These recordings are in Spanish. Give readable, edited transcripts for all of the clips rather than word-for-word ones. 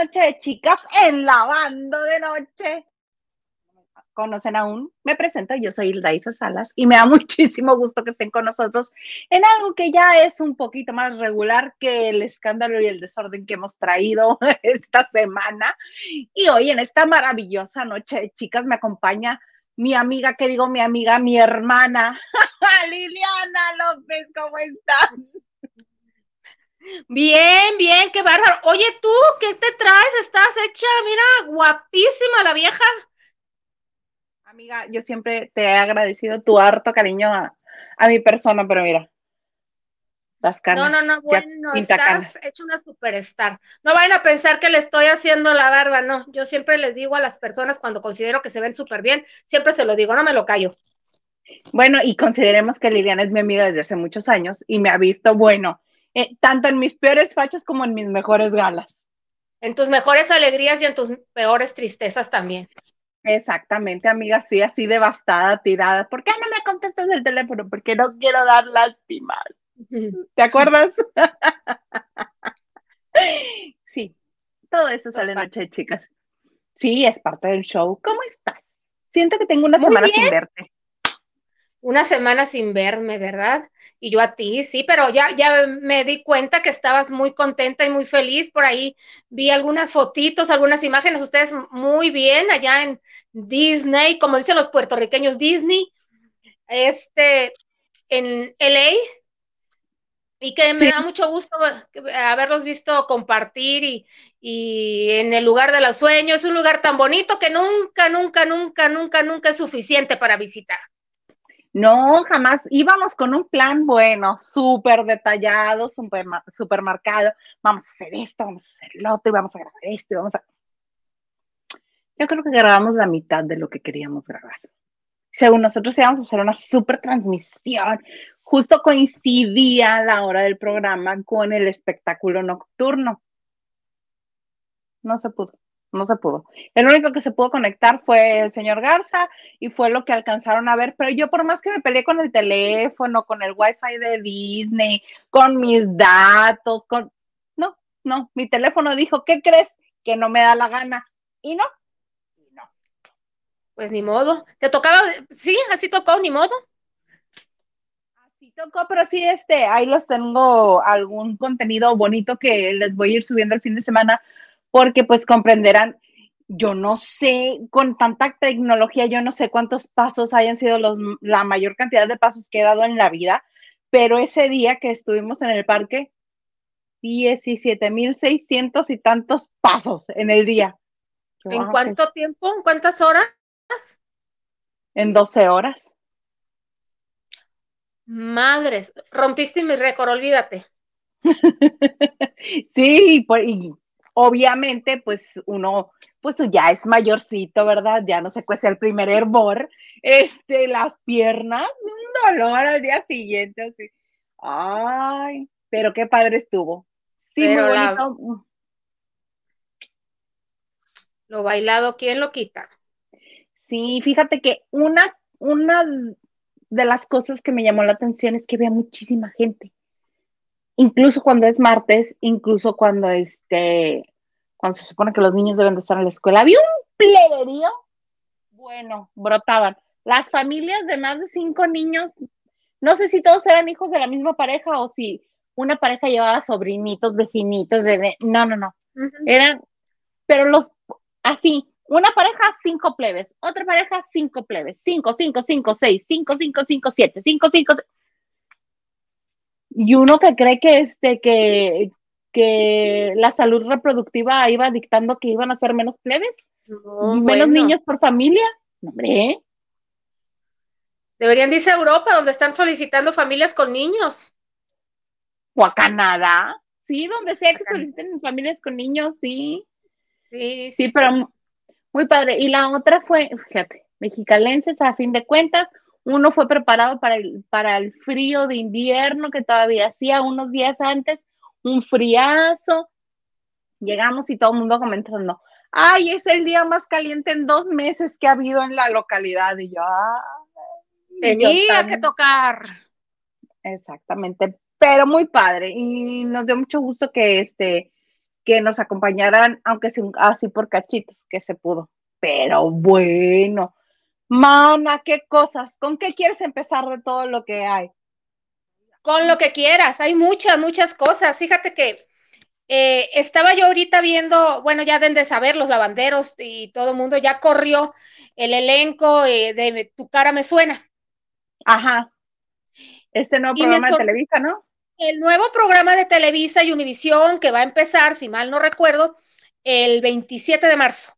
noche de chicas en Lavando de Noche. ¿Conocen aún? Me presento, yo soy Hilda Isa Salas y me da muchísimo gusto que estén con nosotros en algo que ya es un poquito más regular que el escándalo y el desorden que hemos traído esta semana. Y hoy en esta maravillosa noche de chicas me acompaña mi amiga, que digo mi amiga, mi hermana, Liliana López, ¿cómo estás? Bien, bien, qué bárbaro. Oye, tú, ¿qué te traes? Estás hecha, mira, guapísima la vieja. Amiga, yo siempre te he agradecido tu harto cariño a mi persona, pero mira, las No, canas, no, no, ya bueno, pinta canas. estás hecha una superstar. No vayan a pensar que le estoy haciendo la barba, no. Yo siempre les digo a las personas cuando considero que se ven súper bien, siempre se lo digo, no me lo callo. Bueno, y consideremos que Liliana es mi amiga desde hace muchos años y me ha visto, bueno, tanto en mis peores fachas como en mis mejores galas. En tus mejores alegrías y en tus peores tristezas también. Exactamente, amiga, sí, así devastada, tirada. ¿Por qué no me contestas el teléfono? Porque no quiero dar lástima. ¿Te acuerdas? Sí, todo eso Los sale pa- noche de chicas. Sí, es parte del show. ¿Cómo estás? Siento que tengo una Muy semana sin bien, verte. una semana sin verme, ¿verdad? Y yo a ti, sí, pero ya me di cuenta que estabas muy contenta y muy feliz. Por ahí vi algunas fotitos, algunas imágenes, ustedes muy bien allá en Disney, como dicen los puertorriqueños, Disney, en LA, y que me Sí, da mucho gusto haberlos visto compartir y en el lugar de los sueños. Es un lugar tan bonito que nunca es suficiente para visitar. no, jamás. Íbamos con un plan bueno, súper detallado, súper marcado. Vamos a hacer esto, vamos a hacer lo otro, y vamos a grabar esto, y vamos a... Yo creo que grabamos la mitad de lo que queríamos grabar. Según nosotros íbamos a hacer una súper transmisión. Justo coincidía la hora del programa con el espectáculo nocturno. No se pudo, no se pudo. El único que se pudo conectar fue el señor Garza y fue lo que alcanzaron a ver, pero yo por más que me peleé con el teléfono, con el wifi de Disney, con mis datos, con... No, no, mi teléfono dijo, ¿qué crees? Que no me da la gana. Y no, y no. Pues ni modo. Te tocaba, sí, así tocó, ni modo. Así tocó, pero sí, ahí los tengo algún contenido bonito que les voy a ir subiendo el fin de semana, porque pues comprenderán, yo no sé, con tanta tecnología, yo no sé cuántos pasos hayan sido la mayor cantidad de pasos que he dado en la vida, pero ese día que estuvimos en el parque, 17,600 y tantos pasos en el día. Yo, ¿En ok, cuánto tiempo? ¿En cuántas horas? en 12 horas. Madres, rompiste mi récord, olvídate. Sí, y obviamente, pues uno, pues ya es mayorcito, ¿verdad? Ya no se cuece el primer hervor, las piernas, un dolor al día siguiente, así. Ay, pero qué padre estuvo. Sí, muy Pero bonito. lo bailado, ¿quién lo quita? Sí, fíjate que una de las cosas que me llamó la atención es que había muchísima gente, incluso cuando es martes, incluso cuando se supone que los niños deben de estar en la escuela, había un pleberío, bueno, brotaban. Las familias de más de 5 niños, no sé si todos eran hijos de la misma pareja o si una pareja llevaba sobrinitos, vecinitos, no, no, no. Ujú. Eran, pero así, una pareja, 5 plebes, otra pareja, 5 plebes, 5, 5, 5, 6, 5, 5, 5, 7, 5, 5, y uno que cree que la salud reproductiva iba dictando que iban a ser menos plebes, No, menos bueno. niños por familia. Hombre, Deberían irse a Europa, donde están solicitando familias con niños. o a Canadá, sí, donde sea que Acá. soliciten familias con niños, sí, Sí, sí, sí, sí. pero muy padre. Y la otra fue, fíjate, mexicalenses a fin de cuentas, uno fue preparado para el frío de invierno que todavía hacía unos días antes, un friazo. Llegamos y todo el mundo comentando, ay, es el día más caliente en 2 meses que ha habido en la localidad. Y yo, ay, yo Tenía que también, tocar. exactamente, pero muy padre. Y nos dio mucho gusto que que nos acompañaran, aunque sea así por cachitos, que se pudo. Pero bueno, mana, qué cosas, ¿con qué quieres empezar de todo lo que hay? Con lo que quieras, hay muchas cosas. Fíjate que estaba yo ahorita viendo, bueno, ya deben de saber, los lavanderos y todo el mundo ya corrió el elenco de Tu cara me suena. Ajá, este nuevo programa de Televisa, ¿no? El nuevo programa de Televisa y Univisión que va a empezar, si mal no recuerdo, el 27 de marzo.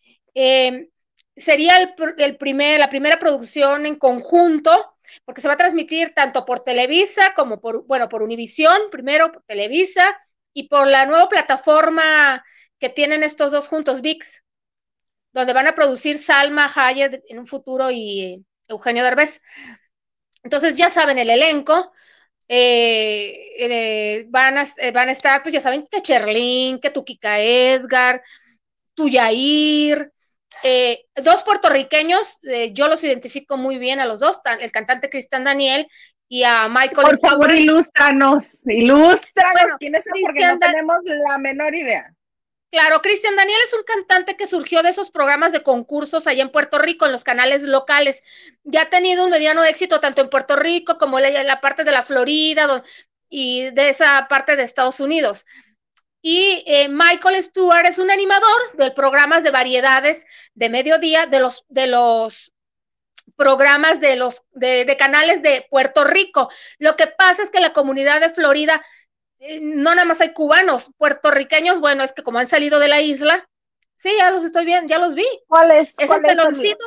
Sería la primera producción en conjunto, porque se va a transmitir tanto por Televisa como por Univisión, primero por Televisa, y por la nueva plataforma que tienen estos dos juntos, ViX, donde van a producir Salma Hayek en un futuro y Eugenio Derbez. Entonces ya saben el elenco. Van a estar, pues ya saben, que Cherlín, que tu Kika Edgar, tu Yair, dos puertorriqueños, yo los identifico muy bien a los dos, el cantante Cristian Daniel y a Michael Por Stewart. favor, ilústranos, bueno, quiénes son, porque no tenemos la menor idea. Claro, Cristian Daniel es un cantante que surgió de esos programas de concursos allá en Puerto Rico, en los canales locales. Ya ha tenido un mediano éxito tanto en Puerto Rico como en la parte de la Florida y de esa parte de Estados Unidos. Y Michael Stewart es un animador de programas de variedades de mediodía de los programas de canales de Puerto Rico. Lo que pasa es que la comunidad de Florida no nada más hay cubanos, puertorriqueños, bueno, es que como han salido de la isla, sí, ya los estoy viendo, ya los vi. ¿Cuál es? El peloncito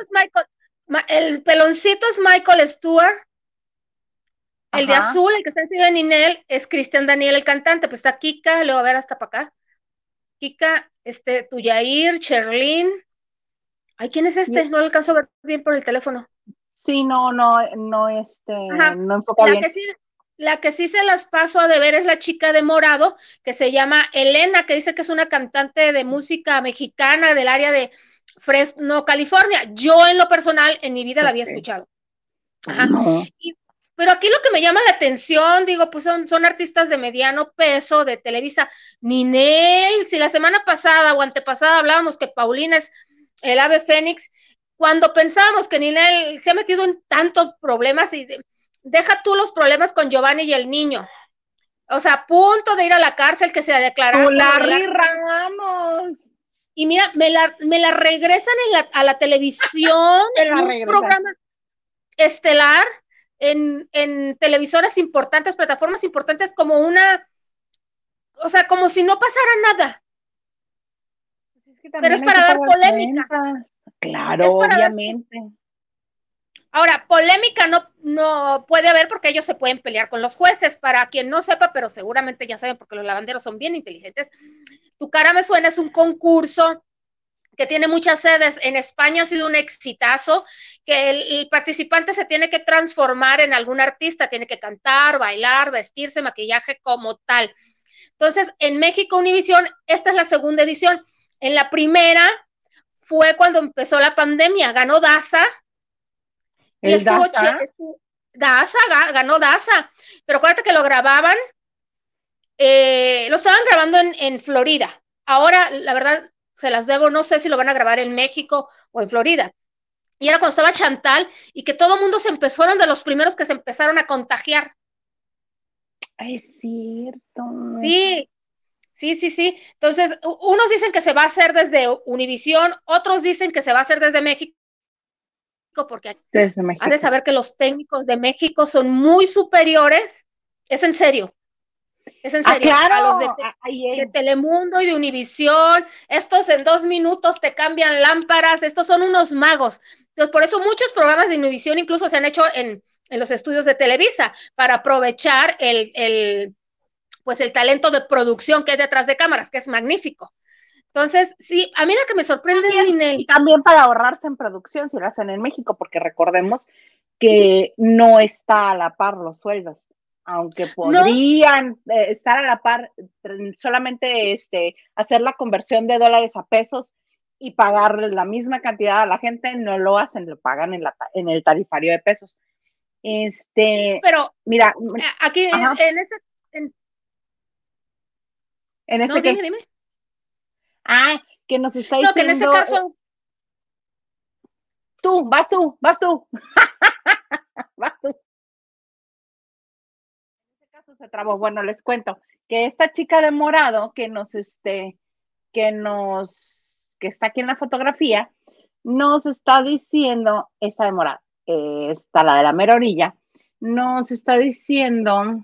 es Michael Stewart. El de azul, el que está encima de Ninel, es Cristian Daniel, el cantante. Pues está Kika, le voy a ver hasta para acá. Kika, Tuyair, Cherlin. Ay, ¿quién es este? No lo alcanzo a ver bien por el teléfono. Sí, no enfoca bien. La que sí se las paso a deber es la chica de morado, que se llama Elena, que dice que es una cantante de música mexicana del área de Fresno, California. Yo en lo personal, en mi vida la había escuchado. Ajá. No. Pero aquí lo que me llama la atención, digo, pues son artistas de mediano peso, de Televisa. Ninel, si la semana pasada o antepasada hablábamos que Paulina es el ave fénix, cuando pensábamos que Ninel se ha metido en tantos problemas y deja tú los problemas con Giovanni y el niño. O sea, a punto de ir a la cárcel, que se declaró. Larry Ramos. Y mira, me la regresan a la televisión, en un programa estelar, en televisoras importantes, plataformas importantes, como o sea, como si no pasara nada. Pero es para dar polémica. Claro, obviamente. Ahora, polémica no puede haber porque ellos se pueden pelear con los jueces. Para quien no sepa, pero seguramente ya saben porque los lavanderos son bien inteligentes. Tu cara me suena es un concurso que tiene muchas sedes. En España ha sido un exitazo, que el participante se tiene que transformar en algún artista, tiene que cantar, bailar, vestirse, maquillaje como tal. Entonces, en México, Univisión, esta es la segunda edición. En la primera fue cuando empezó la pandemia, ganó Daza. Y estuvo Daza, ganó Daza, pero acuérdate que lo grababan, lo estaban grabando en Florida. Ahora, la verdad, se las debo, no sé si lo van a grabar en México o en Florida. Y era cuando estaba Chantal y que todo el mundo fueron de los primeros que se empezaron a contagiar. Ay, es cierto. Sí. Entonces, unos dicen que se va a hacer desde Univisión, otros dicen que se va a hacer desde México, porque has de saber que los técnicos de México son muy superiores. Es en serio. Claro. A los de Telemundo y de Univisión. Estos en 2 minutos te cambian lámparas. Estos son unos magos. Entonces, por eso muchos programas de Univisión incluso se han hecho en los estudios de Televisa, para aprovechar el talento de producción que hay detrás de cámaras, que es magnífico. Entonces, sí, a mí lo que me sorprende es Ninel. Y también para ahorrarse en producción, si lo hacen en México, porque recordemos que no está a la par los sueldos, aunque podrían estar a la par, solamente hacer la conversión de dólares a pesos y pagarle la misma cantidad a la gente, no lo hacen, lo pagan en el tarifario de pesos. Pero, mira, aquí ajá. en ese... ¿En ese no, dime. Ah, que nos está No, que en ese diciendo, caso, tú, vas tú. En ese caso se trabó. Bueno, les cuento que esta chica de morado que está aquí en la fotografía, nos está diciendo, esta de morado, está la de la mera orilla, nos está diciendo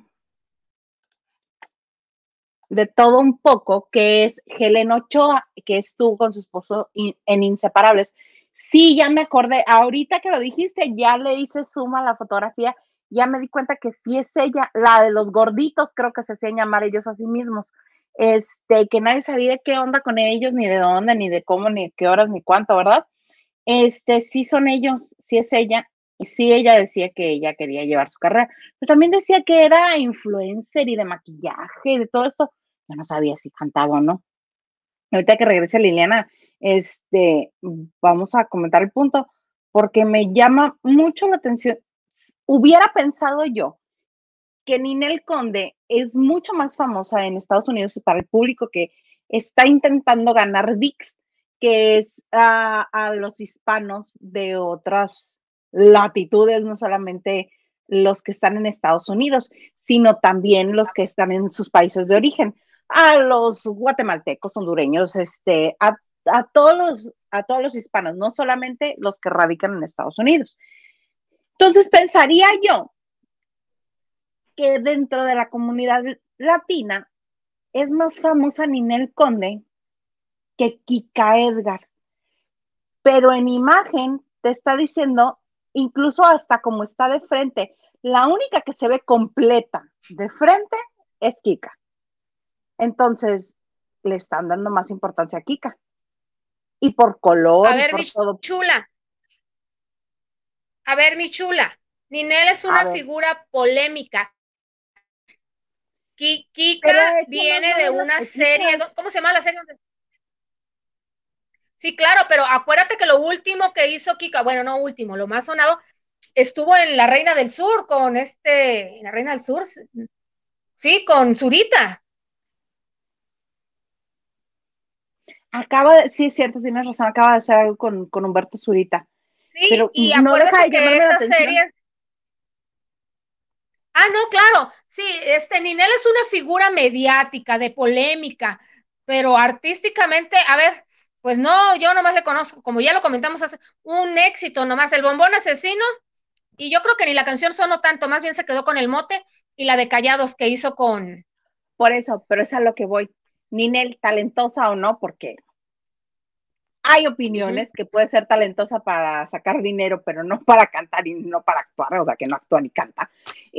de todo un poco, que es Helen Ochoa, que estuvo con su esposo en Inseparables. Sí, ya me acordé, ahorita que lo dijiste, ya le hice suma a la fotografía, ya me di cuenta que sí es ella, la de los gorditos, creo que se hacían llamar ellos a sí mismos, que nadie sabía qué onda con ellos, ni de dónde, ni de cómo, ni de qué horas, ni cuánto, ¿verdad? Sí son ellos, sí es ella, y sí ella decía que ella quería llevar su carrera, pero también decía que era influencer y de maquillaje y de todo esto. Yo no sabía si cantaba o no. Ahorita que regrese Liliana, vamos a comentar el punto, porque me llama mucho la atención. Hubiera pensado yo que Ninel Conde es mucho más famosa en Estados Unidos y para el público que está intentando ganar VIX, que es a los hispanos de otras latitudes, no solamente los que están en Estados Unidos, sino también los que están en sus países de origen, a los guatemaltecos, hondureños, a todos los hispanos, no solamente los que radican en Estados Unidos. Entonces pensaría yo que dentro de la comunidad latina es más famosa Ninel Conde que Kika Edgar, pero en imagen te está diciendo, incluso hasta como está de frente, la única que se ve completa de frente es Kika. Entonces, le están dando más importancia a Kika. Y por a color y ver, por todo. chula, a ver, mi chula, Ninel es A una ver, figura polémica. pero Kika ha hecho más viene de novelas una que serie, Kika. ¿cómo se llama la serie? Sí, claro, pero acuérdate que lo último que hizo Kika, bueno, no último, lo más sonado, estuvo en La Reina del Sur con La Reina del Sur, sí, con Zurita. Sí es cierto, tienes razón, acaba de hacer algo con Humberto Zurita, Sí, pero y no deja acuérdate de que llamarme la esta atención. serie, no, claro, sí, Ninel es una figura mediática, de polémica, pero artísticamente, a ver, pues no, yo nomás le conozco, como ya lo comentamos hace, un éxito nomás, El Bombón Asesino, y yo creo que ni la canción sonó tanto, más bien se quedó con el mote y la de Callados que hizo con... Por eso, pero es a lo que voy. Ninel, talentosa o no, porque hay Ujú. opiniones que puede ser talentosa para sacar dinero, pero no para cantar y no para actuar, o sea, que no actúa ni canta.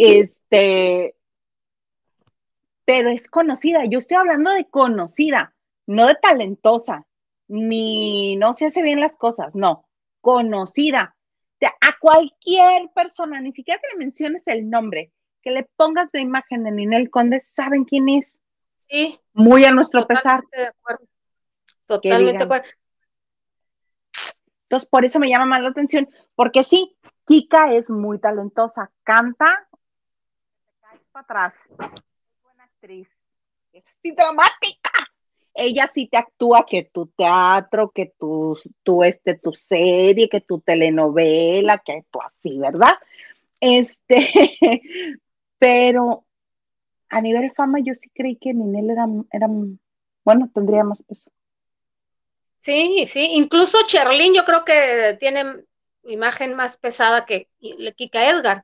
Pero es conocida. Yo estoy hablando de conocida, no de talentosa, ni no se hace bien las cosas, no, conocida. A cualquier persona, ni siquiera que le menciones el nombre, que le pongas la imagen de Ninel Conde, saben quién es. Sí, Muy a nuestro pesar, totalmente de acuerdo, que totalmente de digan. acuerdo. Entonces, por eso me llama más la atención, porque sí, Kika es muy talentosa, canta, te caes para atrás, es buena actriz, es así dramática. Ella sí te actúa que tu teatro, que tu serie, que tu telenovela, que tú así, ¿verdad? Este, pero a nivel de fama yo sí creí que Ninel era bueno, tendría más peso. Sí, sí, incluso Cherlin yo creo que tiene imagen más pesada que Kika Edgar.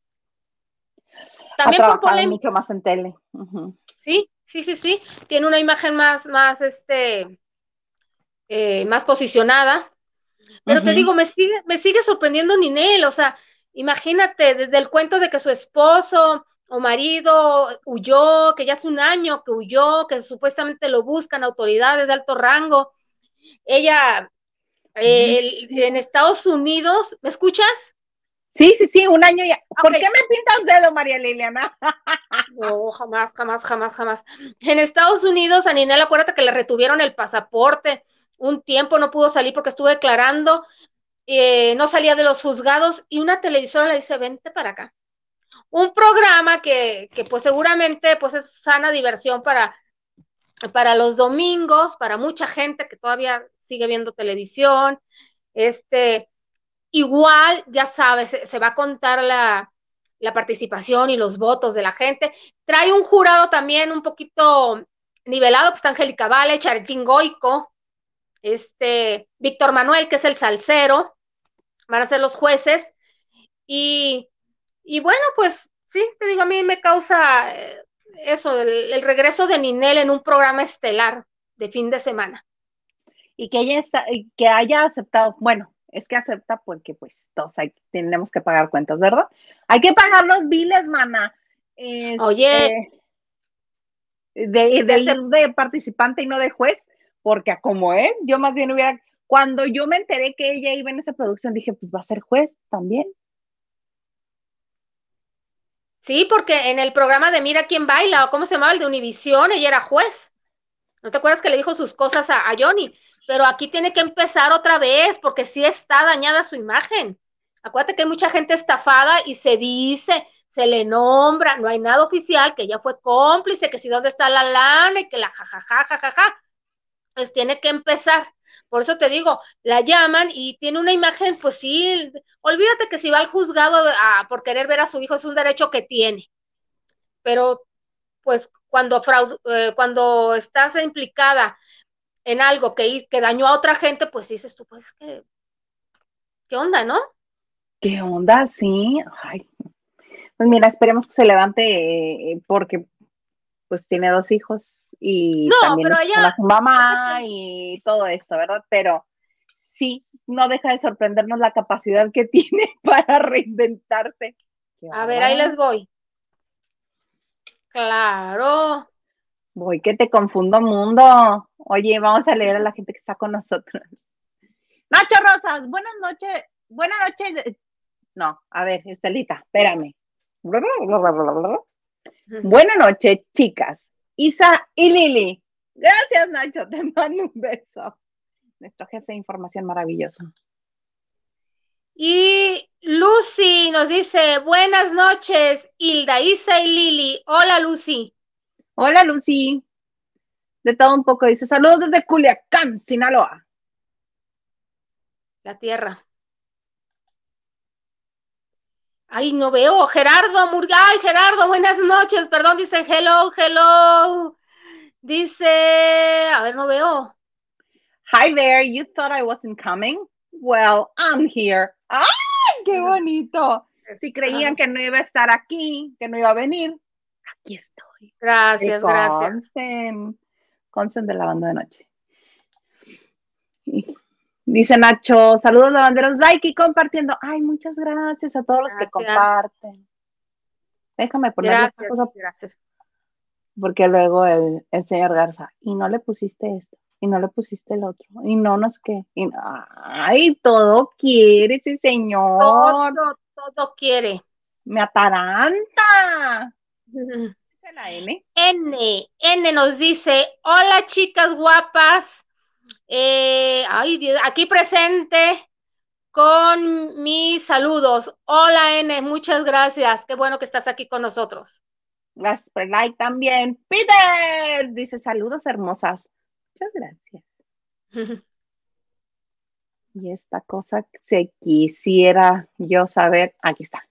Ha También por trabajado polémica, mucho más en tele. Uh-huh. sí, sí, sí, sí, tiene una imagen más posicionada. Pero te Uh-huh. digo, me sigue sorprendiendo Ninel, o sea, imagínate, desde el cuento de que su esposo o marido huyó, que ya hace un año que huyó, que supuestamente lo buscan autoridades de alto rango. Ella, en Estados Unidos, ¿me escuchas? Sí, sí, sí, un año ya. Ok, ¿Por qué me pintas dedo, María Liliana? no, jamás, jamás, jamás, jamás. En Estados Unidos, a Ninel, acuérdate que le retuvieron el pasaporte un tiempo, no pudo salir porque estuvo declarando, no salía de los juzgados y una televisora le dice, vente para acá. Un programa que pues seguramente pues es sana diversión para los domingos, para mucha gente que todavía sigue viendo televisión. Igual, ya sabes, se va a contar la participación y los votos de la gente. Trae un jurado también un poquito nivelado, pues está Angélica Vale, Charitín Goico, Víctor Manuel, que es el salsero, van a ser los jueces. Y bueno, pues sí, te digo, a mí me causa eso, el regreso de Ninel en un programa estelar de fin de semana. Y que haya aceptado, bueno, es que acepta porque pues todos tenemos que pagar cuentas, ¿verdad? Hay que pagar los biles, mana. Oye, de ir de participante y no de juez, porque como es, yo más bien cuando yo me enteré que ella iba en esa producción, dije, pues va a ser juez también. sí, porque en el programa de Mira quién baila, o cómo se llamaba, el de Univisión, ella era juez. ¿No te acuerdas que le dijo sus cosas a Johnny? Pero aquí tiene que empezar otra vez, porque sí está dañada su imagen. Acuérdate que hay mucha gente estafada y se dice, se le nombra, no hay nada oficial, que ella fue cómplice, que si dónde está la lana y que la jajaja. Pues tiene que empezar. Por eso te digo, la llaman y tiene una imagen, pues sí, olvídate que si va al juzgado por querer ver a su hijo es un derecho que tiene. Pero pues cuando estás implicada en algo que dañó a otra gente, pues dices tú, pues ¿qué onda, no? ¿Qué onda? Sí. Ay. Pues mira, esperemos que se levante porque pues tiene 2 hijos y No, también pero necesitan a su mamá ella y todo esto, ¿verdad? Pero sí, no deja de sorprendernos la capacidad que tiene para reinventarse. Qué a ver, ahí bárbara. les voy. Claro. Voy que te confundo mundo. Oye, vamos a leer a la gente que está con nosotros. Nacho Rosas, buenas noches. Buenas noches. No, a ver, Estelita, espérame. Buenas noches, chicas. Isa y Lili. Gracias, Nacho. Te mando un beso. Nuestro jefe de información maravilloso. Y Lucy nos dice, buenas noches, Hilda, Isa y Lili. Hola, Lucy. Hola, Lucy. De todo un poco. Dice, saludos desde Culiacán, Sinaloa. La tierra. Ay, no veo. Gerardo Murgay, Gerardo, buenas noches. Perdón, dice hello. Dice, a ver, no veo. Hi there, you thought I wasn't coming? Well, I'm here. ¡Ay, qué bonito! Si creían que no iba a estar aquí, que no iba a venir, aquí estoy. Gracias. Consten de la banda de noche. Dice Nacho, saludos lavanderos, like y compartiendo. Ay, muchas gracias a todos los que comparten. Déjame ponerle esta cosa. Gracias. Porque luego el señor Garza, y no le pusiste esto, y no le pusiste el otro, y no nos qué. Ay, todo quiere ese señor. Todo quiere. Me ataranta. ¿Es la N? N nos dice, hola chicas guapas. Ay, Dios, aquí presente con mis saludos. Hola N, muchas gracias. Qué bueno que estás aquí con nosotros. Gracias por el like también. Peter dice saludos hermosas. Muchas gracias. Y esta cosa se quisiera yo saber. Aquí está.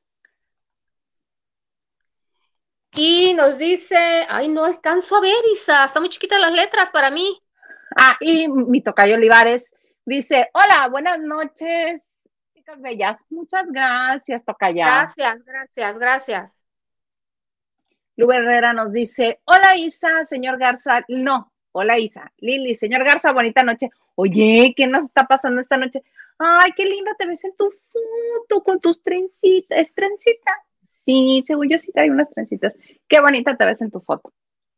Y nos dice, ay, no alcanzo a ver, Isa, están muy chiquitas las letras para mí. Y mi tocayo Olivares dice, hola, buenas noches, chicas bellas. Muchas gracias, tocaya. Gracias. Lu Herrera nos dice, hola Isa, señor Garza. No, hola Isa. Lili, señor Garza, bonita noche. Oye, ¿qué nos está pasando esta noche? Ay, qué linda te ves en tu foto con tus trencitas. ¿Es trencita? Sí, según yo sí trae unas trencitas. Qué bonita te ves en tu foto.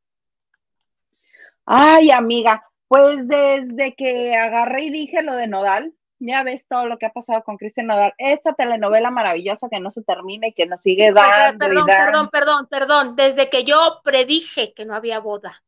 Ay, amiga, pues desde que agarré y dije lo de Nodal, ya ves todo lo que ha pasado con Cristian Nodal, esa telenovela maravillosa que no se termina y que nos sigue dando y dando. Perdón, desde que yo predije que no había boda.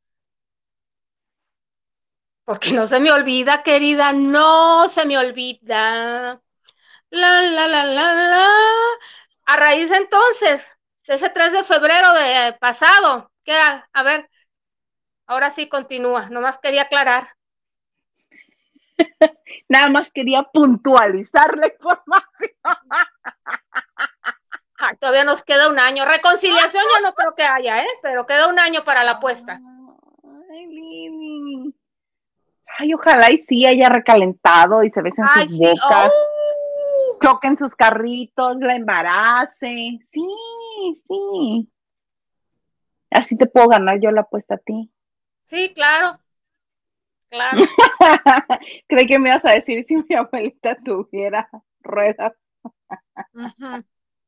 Porque no se me olvida, querida, no se me olvida. La. A raíz de entonces, de ese 3 de febrero de pasado, ¿qué? A ver, ahora sí continúa, nomás quería aclarar. Nada más quería puntualizar la información. Ay, todavía nos queda un año. Reconciliación ya no creo que haya, pero queda un año para la apuesta. Ay, Lili. Ay, ojalá y sí haya recalentado y se besen sus Sí. bocas, choquen sus carritos, la embarace. Sí, sí. Así te puedo ganar yo la apuesta a ti. Sí, claro, claro. Creí que me ibas a decir si mi abuelita tuviera ruedas. Uh-huh.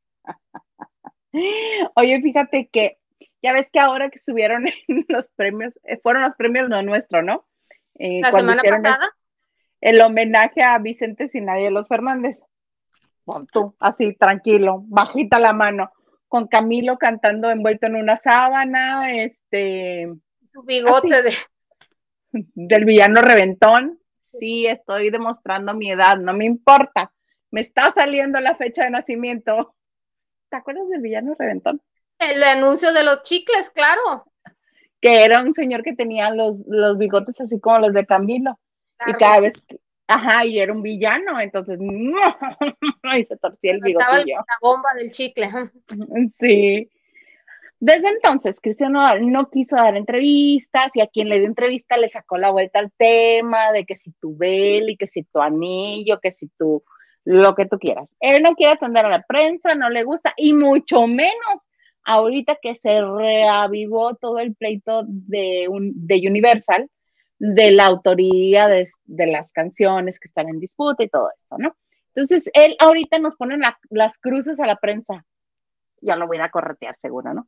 Oye, fíjate que ya ves que ahora que estuvieron en los premios, fueron los premios no nuestro, ¿no? La Cuando semana hicieron pasada. el homenaje a Vicente Sinadía de los Fernández. Pon tú, así, tranquilo, bajita la mano, con Camilo cantando envuelto en una sábana, Su bigote así, de... del villano reventón. Sí, estoy demostrando mi edad, no me importa. Me está saliendo la fecha de nacimiento. ¿Te acuerdas del villano reventón? El anuncio de los chicles, claro. Que era un señor que tenía los bigotes así como los de Camilo. Y cada Largos. vez, ajá, y era un villano, entonces, y se torcía el Estaba bigotillo. la bomba del chicle. Sí. Desde entonces, Cristian Nodal no quiso dar entrevistas y a quien le dio entrevista le sacó la vuelta al tema de que si tu vela y que si tu anillo, que si tu lo que tú quieras. Él no quiere atender a la prensa, no le gusta y mucho menos ahorita que se reavivó todo el pleito de Universal, de la autoría de las canciones que están en disputa y todo esto, ¿no? Entonces, él ahorita nos pone las cruces a la prensa. Ya lo voy a ir a corretear seguro, ¿no?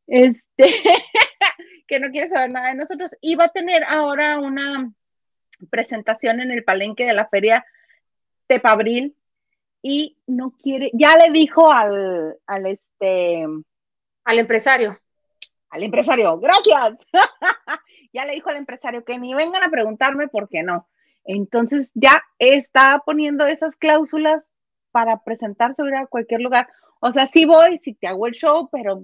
Que no quiere saber nada de nosotros. Y va a tener ahora una presentación en el palenque de la feria Tepabril y no quiere, ya le dijo al empresario. Al empresario, gracias. Ya le dijo al empresario que ni vengan a preguntarme por qué no. Entonces ya está poniendo esas cláusulas para presentarse a cualquier lugar. O sea, sí voy, sí te hago el show, pero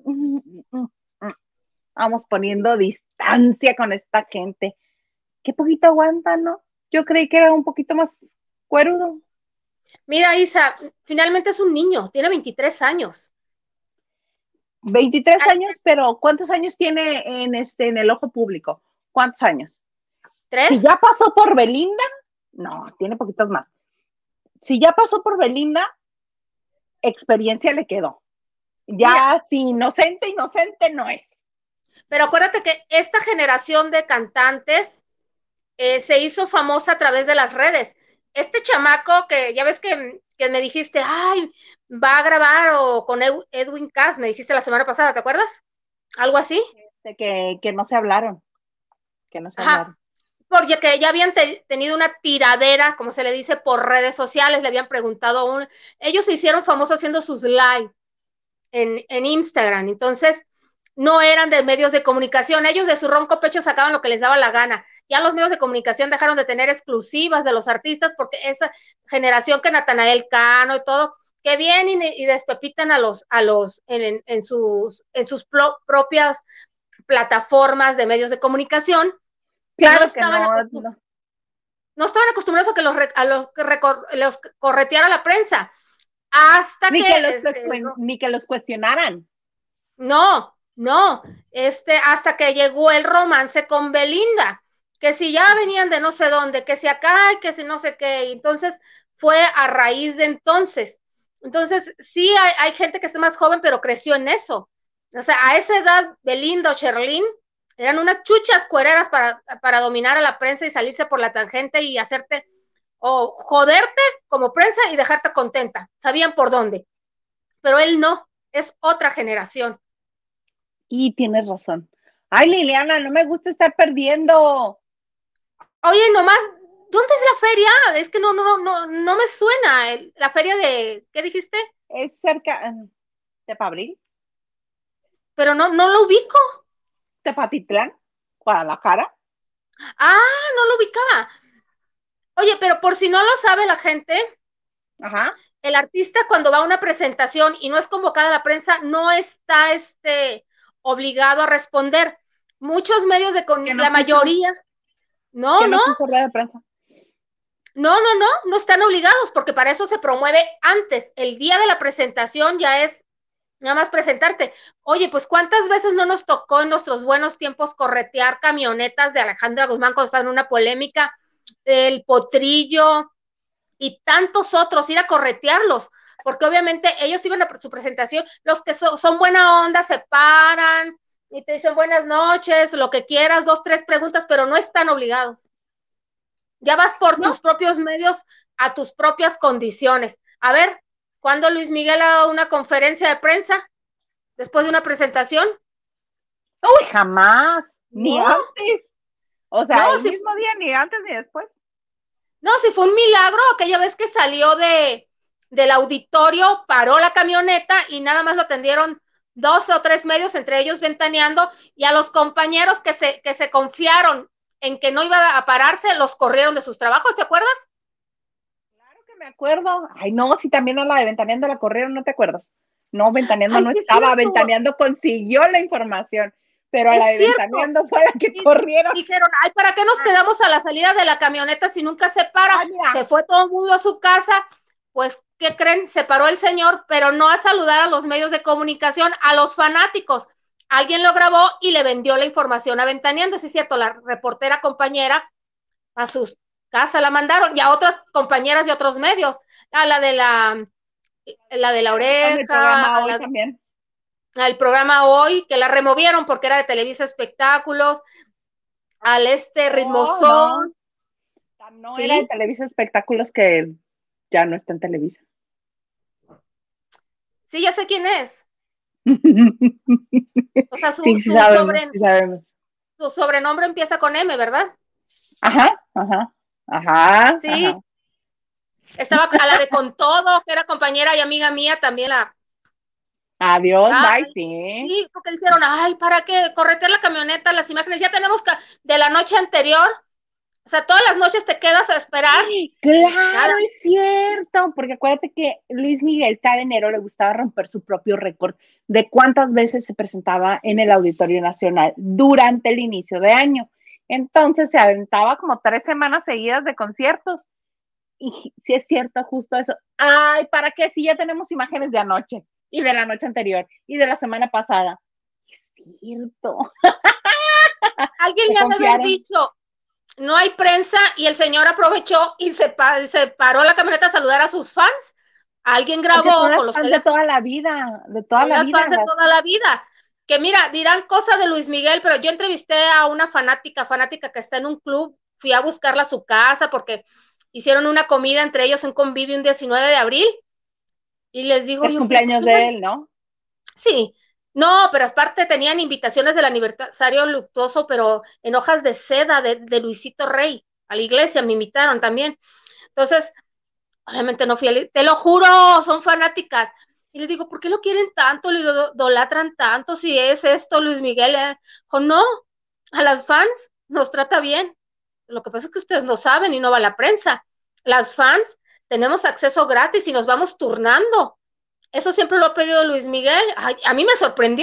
vamos poniendo distancia con esta gente. Qué poquito aguanta, ¿no? Yo creí que era un poquito más cuerudo. Mira, Isa, finalmente es un niño, tiene 23 años. 23 años, pero ¿cuántos años tiene en el ojo público? ¿Cuántos años? Si ya ¿3? pasó por Belinda, no, tiene poquitos más. Si ya pasó por Belinda, experiencia le quedó. Ya Mira, si inocente no es. pero acuérdate que esta generación de cantantes se hizo famosa a través de las redes. Este chamaco que ya ves que me dijiste, ay, va a grabar o con Edwin Cass, me dijiste la semana pasada, ¿te acuerdas? Algo así. Que no se hablaron. Que no se Ajá. hablaron. Porque ya habían tenido una tiradera, como se le dice, por redes sociales, le habían preguntado a ellos se hicieron famosos haciendo sus live en Instagram, entonces no eran de medios de comunicación, ellos de su ronco pecho sacaban lo que les daba la gana, ya los medios de comunicación dejaron de tener exclusivas de los artistas porque esa generación que Natanael Cano y todo, que vienen y despepitan en sus propias plataformas de medios de comunicación, Claro que no. No estaban acostumbrados a que los correteara la prensa, hasta ni que ni que los cuestionaran. no, hasta que llegó el romance con Belinda, que si ya venían de no sé dónde, que si acá y que si no sé qué, entonces fue a raíz de entonces. Entonces, sí hay gente que es más joven, pero creció en eso. O sea, a esa edad, Belinda o Cherlyn eran unas chuchas cuereras para dominar a la prensa y salirse por la tangente y hacerte o joderte como prensa y dejarte contenta. Sabían por dónde. Pero él no, es otra generación. Y tienes razón. Ay, Liliana, no me gusta estar perdiendo. Oye, nomás, ¿dónde es la feria? Es que no me suena. La feria de, ¿qué dijiste? Es cerca de Pabril, Pero no lo ubico. Tepatitlán, Guadalajara. No lo ubicaba. Oye, pero por si no lo sabe la gente, Ajá. el artista cuando va a una presentación y no es convocada a la prensa, no está obligado a responder. muchos medios no la mayoría, no, no, quiso rueda de prensa. no están obligados, porque para eso se promueve antes. El día de la presentación ya es nada más presentarte. Oye, pues ¿cuántas veces no nos tocó en nuestros buenos tiempos corretear camionetas de Alejandra Guzmán cuando estaba en una polémica, el Potrillo y tantos otros, ir a corretearlos? Porque obviamente ellos iban a su presentación, los que son buena onda se paran y te dicen buenas noches, lo que quieras, 2, 3 preguntas, pero no están obligados. Ya vas por tus propios medios a tus propias condiciones. A ver, ¿cuándo Luis Miguel ha dado una conferencia de prensa después de una presentación? Uy, jamás, ni No, antes. O sea, no, el mismo día, ni antes ni después. No, si fue un milagro, aquella vez que salió del auditorio, paró la camioneta y nada más lo atendieron 2 o 3 medios, entre ellos ventaneando, y a los compañeros que se confiaron en que no iba a pararse, los corrieron de sus trabajos, ¿te acuerdas? Claro que me acuerdo. Ay, no, si también a la de Ventaneando la corrieron, ¿no te acuerdas? No, Ventaneando Ay, no sí es estaba, cierto, Ventaneando consiguió la información, pero a la es de cierto. Ventaneando fue la que Sí, corrieron. dijeron, ay, ¿para qué nos quedamos a la salida de la camioneta si nunca se para? Ay, mira. Se fue todo el mundo a su casa, pues, ¿qué creen? Se paró el señor, pero no a saludar a los medios de comunicación, a los fanáticos. Alguien lo grabó y le vendió la información a Ventaneando, sí es cierto, la reportera compañera a su casa la mandaron, y a otras compañeras de otros medios, a la de la El oreja, programa hoy también. al programa Hoy, que la removieron porque era de Televisa Espectáculos, al Ritmozón. No ¿Sí? era de Televisa Espectáculos, que ya no está en Televisa. Sí, ya sé quién es. O sea, Sí, sí sabemos, sí sabemos. su sobrenombre empieza con M, ¿verdad? Ajá, ajá, ajá, Sí. ajá. Estaba a la de Con Todo, que era compañera y amiga mía, también la... Adiós, Ah, bye, sí. sí, porque dijeron, ay, ¿para qué? Corretear la camioneta, las imágenes, ya tenemos de la noche anterior, o sea, todas las noches te quedas a esperar y nada. Claro, es cierto, porque acuérdate que Luis Miguel cada enero le gustaba romper su propio récord de cuántas veces se presentaba en el Auditorio Nacional durante el inicio de año. Entonces se aventaba como 3 semanas seguidas de conciertos. Y sí es cierto, justo eso. Ay, ¿para qué? Si ya tenemos imágenes de anoche y de la noche anterior y de la semana pasada. Es cierto. Alguien Se le ha de haber confiaron. dicho, no hay prensa, y el señor aprovechó y se paró la camioneta a saludar a sus fans. Alguien Porque son grabó con las los fans de teléfonos, toda la vida, de toda son la las vida. fans de toda la vida. Que mira, dirán cosas de Luis Miguel, pero yo entrevisté a una fanática que está en un club, fui a buscarla a su casa porque hicieron una comida entre ellos, un convivio un 19 de abril, y les digo Es yo, pero ¿por cumpleaños qué de él, ¿no? Sí, no, pero aparte tenían invitaciones del aniversario luctuoso, pero en hojas de seda de Luisito Rey, a la iglesia me invitaron también. Entonces, obviamente no fui te lo juro, son fanáticas. Y les digo, ¿por qué lo quieren tanto? Lo idolatran tanto si es esto, Luis Miguel. O no, a las fans nos trata bien. Lo que pasa es que ustedes no saben y no va a la prensa. Las fans tenemos acceso gratis y nos vamos turnando. Eso siempre lo ha pedido Luis Miguel. Ay, a mí me sorprendió.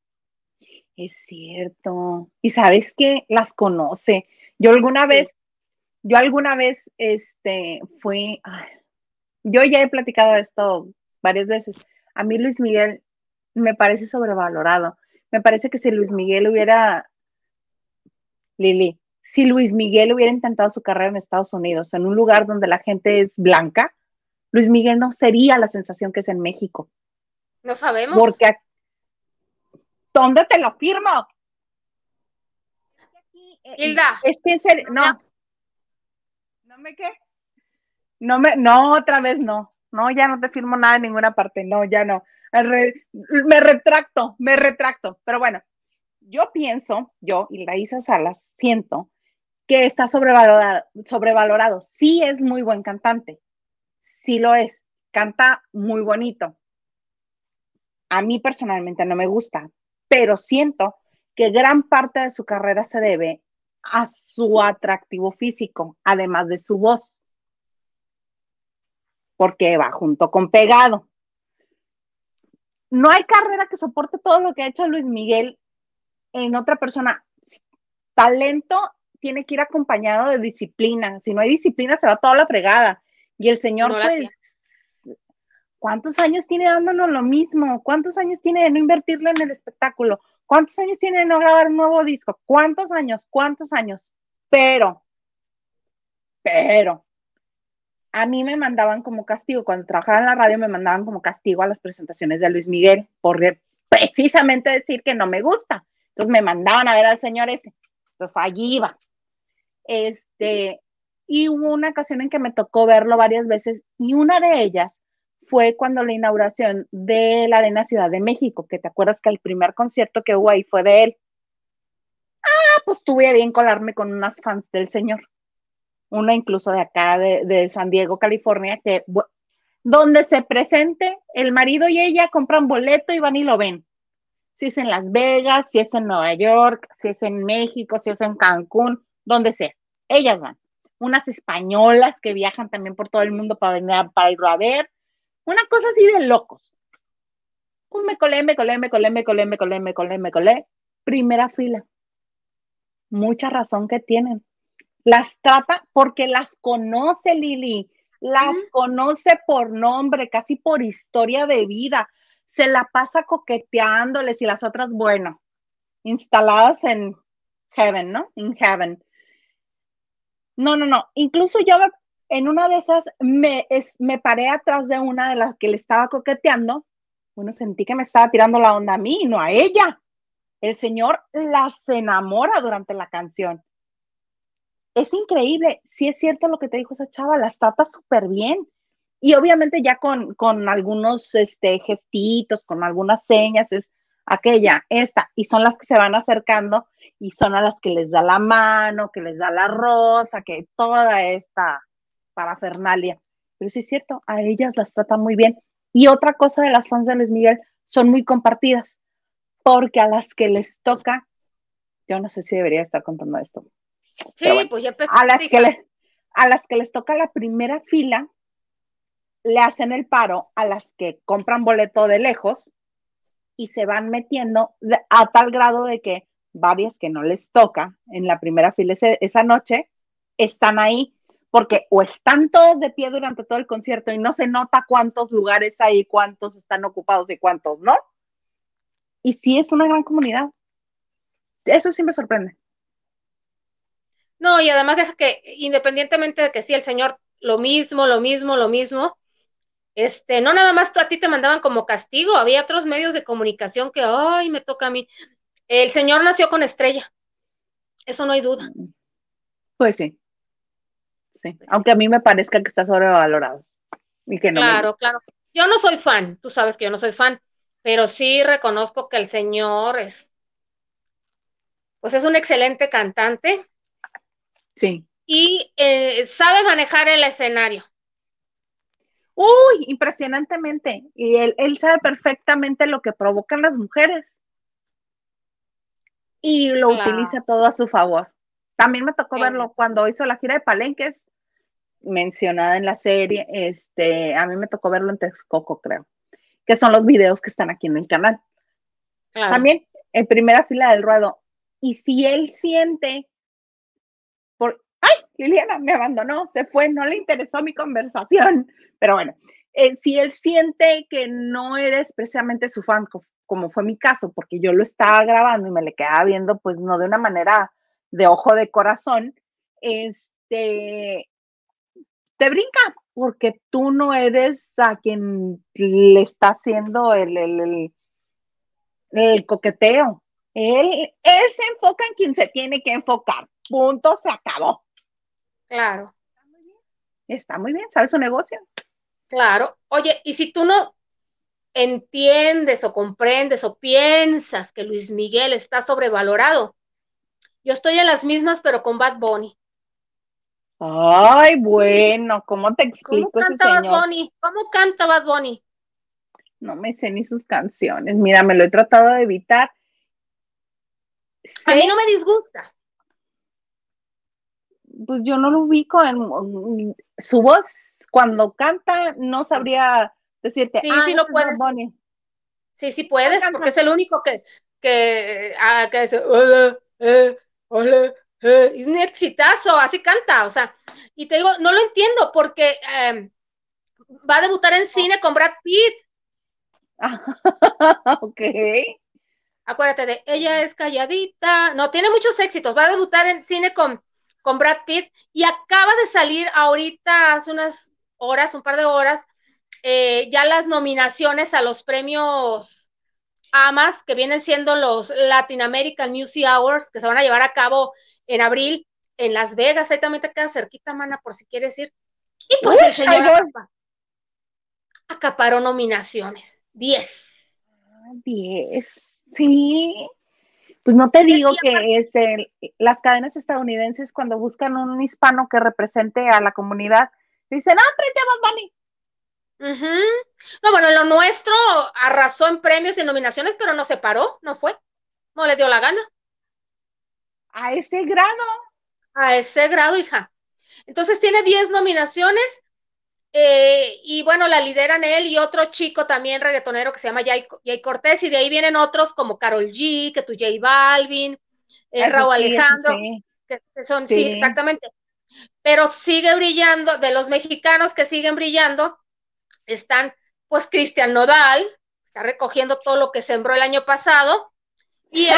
Es cierto. Y sabes que las conoce. Yo alguna Sí. vez, yo alguna vez, fui, yo ya he platicado esto varias veces. A mí Luis Miguel me parece sobrevalorado. Me parece que si Luis Miguel hubiera, Lili, si Luis Miguel hubiera intentado su carrera en Estados Unidos, en un lugar donde la gente es blanca, Luis Miguel no sería la sensación que es en México. No sabemos. Porque, ¿dónde te lo firmo? Hilda. Es que en serio, no, no me qué. No, otra vez no. No, ya no te firmo nada en ninguna parte. No, ya no. Me retracto. Pero bueno, yo pienso, yo y la Isa Salas, siento que está sobrevalorado. Sí es muy buen cantante. Sí lo es. Canta muy bonito. A mí personalmente no me gusta, pero siento que gran parte de su carrera se debe a su atractivo físico, además de su voz, porque va junto con pegado. No hay carrera que soporte todo lo que ha hecho Luis Miguel en otra persona. talento tiene que ir acompañado de disciplina. Si no hay disciplina, se va toda la fregada. Y el señor, No la tiene. pues, ¿cuántos años tiene dándonos lo mismo? ¿Cuántos años tiene de no invertirle en el espectáculo? ¿Cuántos años tiene de no grabar un nuevo disco? ¿Cuántos años? ¿Cuántos años? Pero, a mí me mandaban como castigo, cuando trabajaba en la radio me mandaban como castigo a las presentaciones de Luis Miguel, por precisamente decir que no me gusta. Entonces me mandaban a ver al señor ese. Entonces allí iba. Y hubo una ocasión en que me tocó verlo varias veces y una de ellas fue cuando la inauguración de la Arena Ciudad de México, que te acuerdas que el primer concierto que hubo ahí fue de él. Pues tuve bien colarme con unas fans del señor, una incluso de acá, de San Diego, California, que donde se presente, el marido y ella compran boleto y van y lo ven. Si es en Las Vegas, si es en Nueva York, si es en México, si es en Cancún, donde sea. Ellas van. Unas españolas que viajan también por todo el mundo para venir para ir a ver. Una cosa así de locos. Pues me colé. Primera fila. Mucha razón que tienen. Las trata porque las conoce, Lili. Las conoce por nombre, casi por historia de vida. Se la pasa coqueteándoles y las otras, bueno, instaladas en heaven, ¿no? In heaven. No. Incluso yo en una de esas me paré atrás de una de las que le estaba coqueteando. Bueno, sentí que me estaba tirando la onda a mí, no a ella. El señor las enamora durante la canción. Es increíble. Sí es cierto lo que te dijo esa chava, las trata súper bien. Y obviamente ya con algunos gestitos, con algunas señas, es aquella, esta, y son las que se van acercando y son a las que les da la mano, que les da la rosa, que toda esta parafernalia. Pero sí es cierto, a ellas las tratan muy bien. Y otra cosa de las fans de Luis Miguel, son muy compartidas, porque a las que les toca, yo no sé si debería estar contando esto, pero Sí, bueno, pues ya a empezaste, las hija. a las que les toca la primera fila, le hacen el paro a las que compran boleto de lejos y se van metiendo a tal grado de que varias que no les toca en la primera fila esa noche están ahí porque o están todos de pie durante todo el concierto y no se nota cuántos lugares hay, cuántos están ocupados y cuántos no. Y sí es una gran comunidad. Eso sí me sorprende. No, y además deja que, independientemente de que sí, el señor, lo mismo, no nada más a ti te mandaban como castigo, había otros medios de comunicación que, ay, me toca a mí. El señor nació con estrella, eso no hay duda. Pues sí, sí. Pues sí. Aunque a mí me parezca que está sobrevalorado y que no me Claro, gusta. claro. Yo no soy fan, tú sabes que yo no soy fan, pero sí reconozco que el señor pues es un excelente cantante Sí. y sabe manejar el escenario. Uy, impresionantemente. Y él sabe perfectamente lo que provocan las mujeres y lo Claro, utiliza todo a su favor. También me tocó claro. verlo cuando hizo la gira de Palenques, mencionada en la serie. A mí me tocó verlo en Texcoco, creo, que son los videos que están aquí en el canal. Claro. También en primera fila del ruedo. Y si él siente ¡ay! Liliana me abandonó, se fue, no le interesó mi conversación. Pero bueno, si él siente que no eres precisamente su fan, como fue mi caso, porque yo lo estaba grabando y me le quedaba viendo, pues no de una manera de ojo de corazón, te brinca, porque tú no eres a quien le está haciendo el coqueteo. Él se enfoca en quien se tiene que enfocar. Punto, se acabó. Claro, Está muy bien, ¿sabe su negocio? claro. Oye, y si tú no entiendes o comprendes o piensas que Luis Miguel está sobrevalorado, yo estoy en las mismas, pero con Bad Bunny. Ay, bueno, ¿cómo te ¿Cómo explico ese canta Bad señor? Bunny? ¿Cómo canta Bad Bunny? No me sé ni sus canciones. Mira, me lo he tratado de evitar. A Sé, mí no me disgusta. pues yo no lo ubico en su voz. Cuando canta, no sabría decirte, Sí, sí lo ese es Bad puedes. Bunny. Sí, sí ¿Cuál puedes, porque canta? es el único que dice, Ole, es un exitazo, así canta, o sea, y te digo, no lo entiendo porque va a debutar en cine con Brad Pitt. Ok. Acuérdate de ella es calladita. No, tiene muchos éxitos. Va a debutar en cine con Brad Pitt y acaba de salir ahorita, hace unas horas, un par de horas, ya las nominaciones a los premios AMAs, que vienen siendo los Latin American Music Awards, que se van a llevar a cabo en abril en Las Vegas. Ahí también te queda cerquita, mana, por si quieres ir. Y pues el Ush, ahí señor voy. acaparó nominaciones. 10. 10. Sí. Pues no te 10 digo y aparte. que las cadenas estadounidenses cuando buscan un hispano que represente a la comunidad, dicen, tráete a Bad Bunny. No, bueno, lo nuestro arrasó en premios y nominaciones, pero no se paró, no fue, no le dio la gana. A ese grado. A ese grado, hija. Entonces tiene 10 nominaciones y bueno, la lideran él y otro chico también reggaetonero que se llama Jay Cortés y de ahí vienen otros como Karol G, que tu J Balvin, Raúl Eso Alejandro, sí, que son, sí, sí. exactamente. Pero sigue brillando, de los mexicanos que siguen brillando, están pues Cristian Nodal, está recogiendo todo lo que sembró el año pasado, y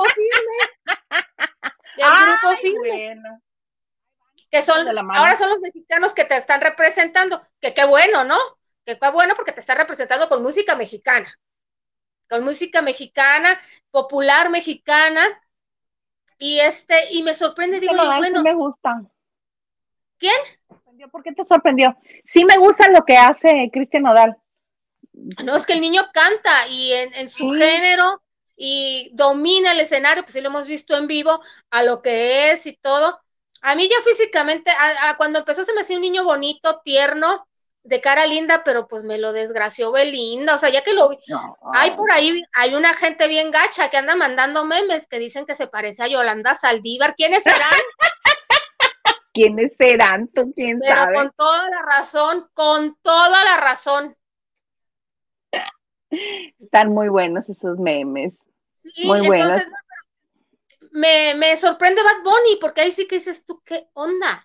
el grupo Ay, firme, bueno, que son, de la ahora mano. son los mexicanos que te están representando, que qué bueno, ¿no? Que qué bueno porque te están representando con música mexicana, popular mexicana, y me sorprende, Cristian digo yo, Nodal sí bueno, me gusta. ¿quién? ¿Por qué te sorprendió? Sí me gusta lo que hace Cristian Nodal. No, es que el niño canta y en su Sí, género y domina el escenario, pues sí lo hemos visto en vivo, a lo que es y todo. A mí ya físicamente, cuando empezó se me hacía un niño bonito, tierno, de cara linda, pero pues me lo desgració Belinda, o sea, ya que lo vi, no. hay por ahí, hay una gente bien gacha que anda mandando memes que dicen que se parece a Yolanda Saldívar, ¿quiénes serán? ¿Quiénes serán? ¿Tú quién Pero sabe? con toda la razón. Están muy buenos esos memes. Sí, Muy buenos. entonces me sorprende Bad Bunny, porque ahí sí que dices tú, ¿qué onda?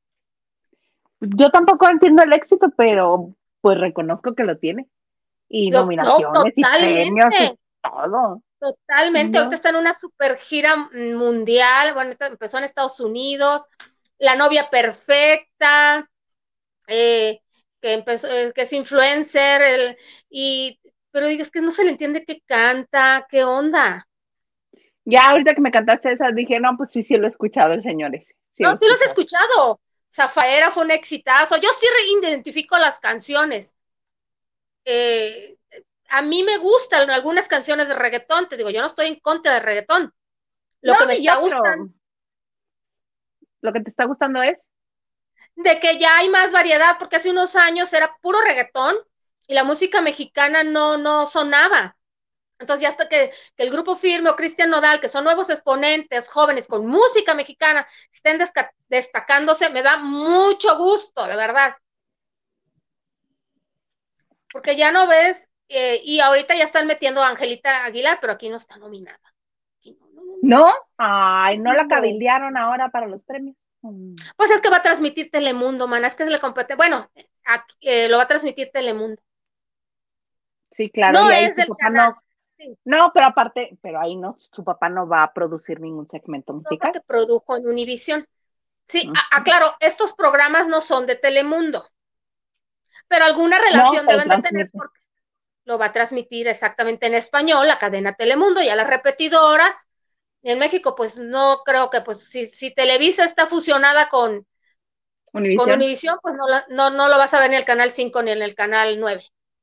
Yo tampoco entiendo el éxito, pero pues reconozco que lo tiene. Y No, nominaciones y premios y totalmente, todo. totalmente. Ahorita No. está en una super gira mundial, bueno, empezó en Estados Unidos, La novia perfecta, eh, que empezó, que es influencer, pero digo, es que no se le entiende qué canta, qué onda. Ya ahorita que me cantaste esa, dije, no, pues sí, sí lo he escuchado el señor ese. Sí lo No, he sí los he escuchado. escuchado. Zafaera fue un exitazo. Yo sí identifico las canciones. Eh, a mí me gustan algunas canciones de reggaetón, te digo, yo no estoy en contra del reggaetón. No, Lo que me ni yo, está pero gustando, lo que te está gustando es. de que ya hay más variedad, porque hace unos años era puro reggaetón y la música mexicana no sonaba. Entonces ya hasta que el grupo Firme o Cristian Nodal, que son nuevos exponentes jóvenes con música mexicana, estén destacándose, me da mucho gusto, de verdad. Porque ya no ves, y ahorita ya están metiendo a Angelita Aguilar, pero aquí no está nominada. Aquí ¿No? Ay, no la no. cabildearon ahora para los premios. Pues es que va a transmitir Telemundo, man, es que es la competencia. Bueno, lo va a transmitir Telemundo. Sí, claro, No y ahí es su del papá canal. no. Sí, No, pero aparte, pero ahí no, su papá no va a producir ningún segmento no musical. porque produjo en Univisión. Sí, Ujú. aclaro, estos programas no son de Telemundo, pero alguna No, relación pero deben de tener transmite. porque lo va a transmitir exactamente en español, la cadena Telemundo, y a las repetidoras. En México, pues no creo que, pues si Televisa está fusionada con Univisión. Univisión, pues no lo vas a ver en el canal 5 ni en el canal 9.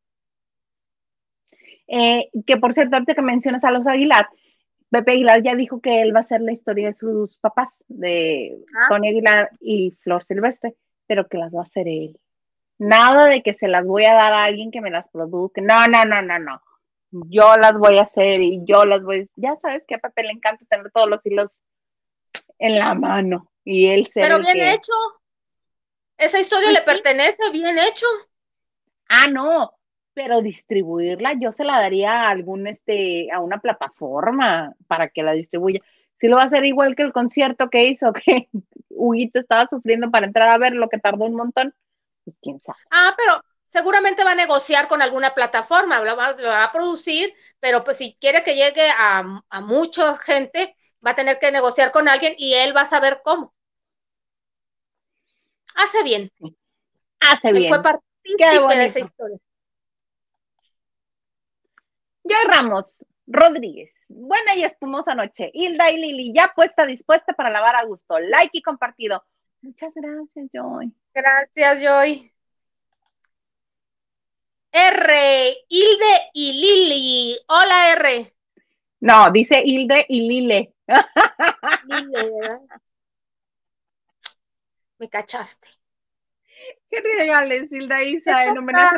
Que por cierto, ahorita que mencionas a los Aguilar, Pepe Aguilar ya dijo que él va a hacer la historia de sus papás, de ¿Ah? Tony Aguilar y Flor Silvestre, pero que las va a hacer él. Nada de que se las voy a dar a alguien que me las produzca. No, no, no, no, no. Yo las voy a hacer y yo las voy. Ya sabes que a Pepe le encanta tener todos los hilos en la mano y él ser Pero el bien que. hecho, esa historia le Pues sí. pertenece, bien hecho. No, pero distribuirla yo se la daría a algún a una plataforma para que la distribuya. Si lo va a hacer igual que el concierto que hizo, que Huguito estaba sufriendo para entrar a ver lo que tardó un montón, pues quién sabe. Pero seguramente va a negociar con alguna plataforma, lo va a producir, pero pues si quiere que llegue a mucha gente, va a tener que negociar con alguien y él va a saber cómo. Hace bien. Sí. Hace él bien. Fue partícipe de esa historia. Joy Ramos Rodríguez, buena y espumosa noche. Hilda y Lili, ya puesta, dispuesta para lavar a gusto. Like y compartido. Muchas gracias, Joy. Gracias, Joy. R, Hilde y Lili. Hola, R. No, dice Hilde y Lile. Lile, ¿verdad? Me cachaste. Qué regales, Hilda Isa, en homenaje.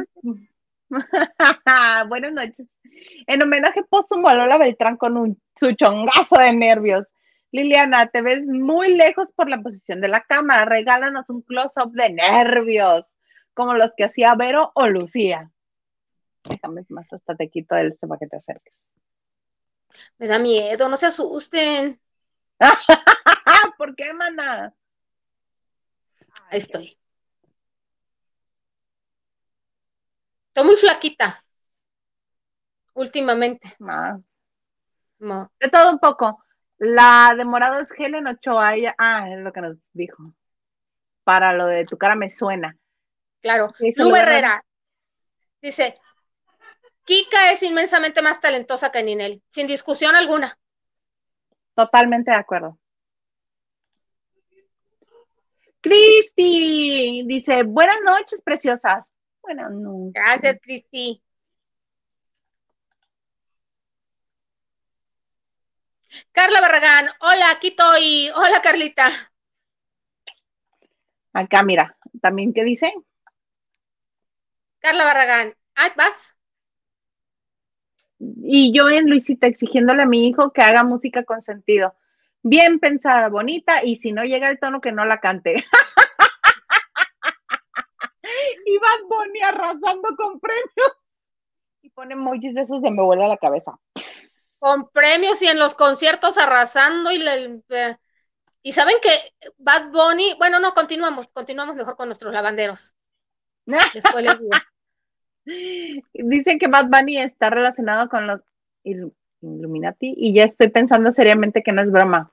Buenas noches. En homenaje póstumo a Lola Beltrán con su chongazo de nervios. Liliana, te ves muy lejos por la posición de la cámara. Regálanos un close-up de nervios, como los que hacía Vero o Lucía. Déjame más, hasta te quito el para que te acerques. Me da miedo, no se asusten. ¿Por qué, mana? Ahí estoy. Estoy muy flaquita. Últimamente. Más. No. De todo un poco. La de morado es Helen Ochoa. Ella, es lo que nos dijo. Para lo de tu cara me suena. Claro. Lu Herrera dice, Kika es inmensamente más talentosa que Ninel, sin discusión alguna. Totalmente de acuerdo. Cristi dice, buenas noches, preciosas. Buenas noches. Gracias, Cristi. Carla Barragán, hola, aquí estoy. Hola, Carlita. Acá, mira, también, ¿qué dice? Carla Barragán, ¿vas? Y yo en Luisita exigiéndole a mi hijo que haga música con sentido. Bien pensada, bonita, y si no llega el tono, que no la cante. Y Bad Bunny arrasando con premios. Y pone emojis de esos de me vuela la cabeza. Con premios y en los conciertos arrasando y saben que Bad Bunny, bueno, no, continuamos mejor con nuestros lavanderos. Después les digo. Dicen que Bad Bunny está relacionado con los Illuminati y ya estoy pensando seriamente que no es broma.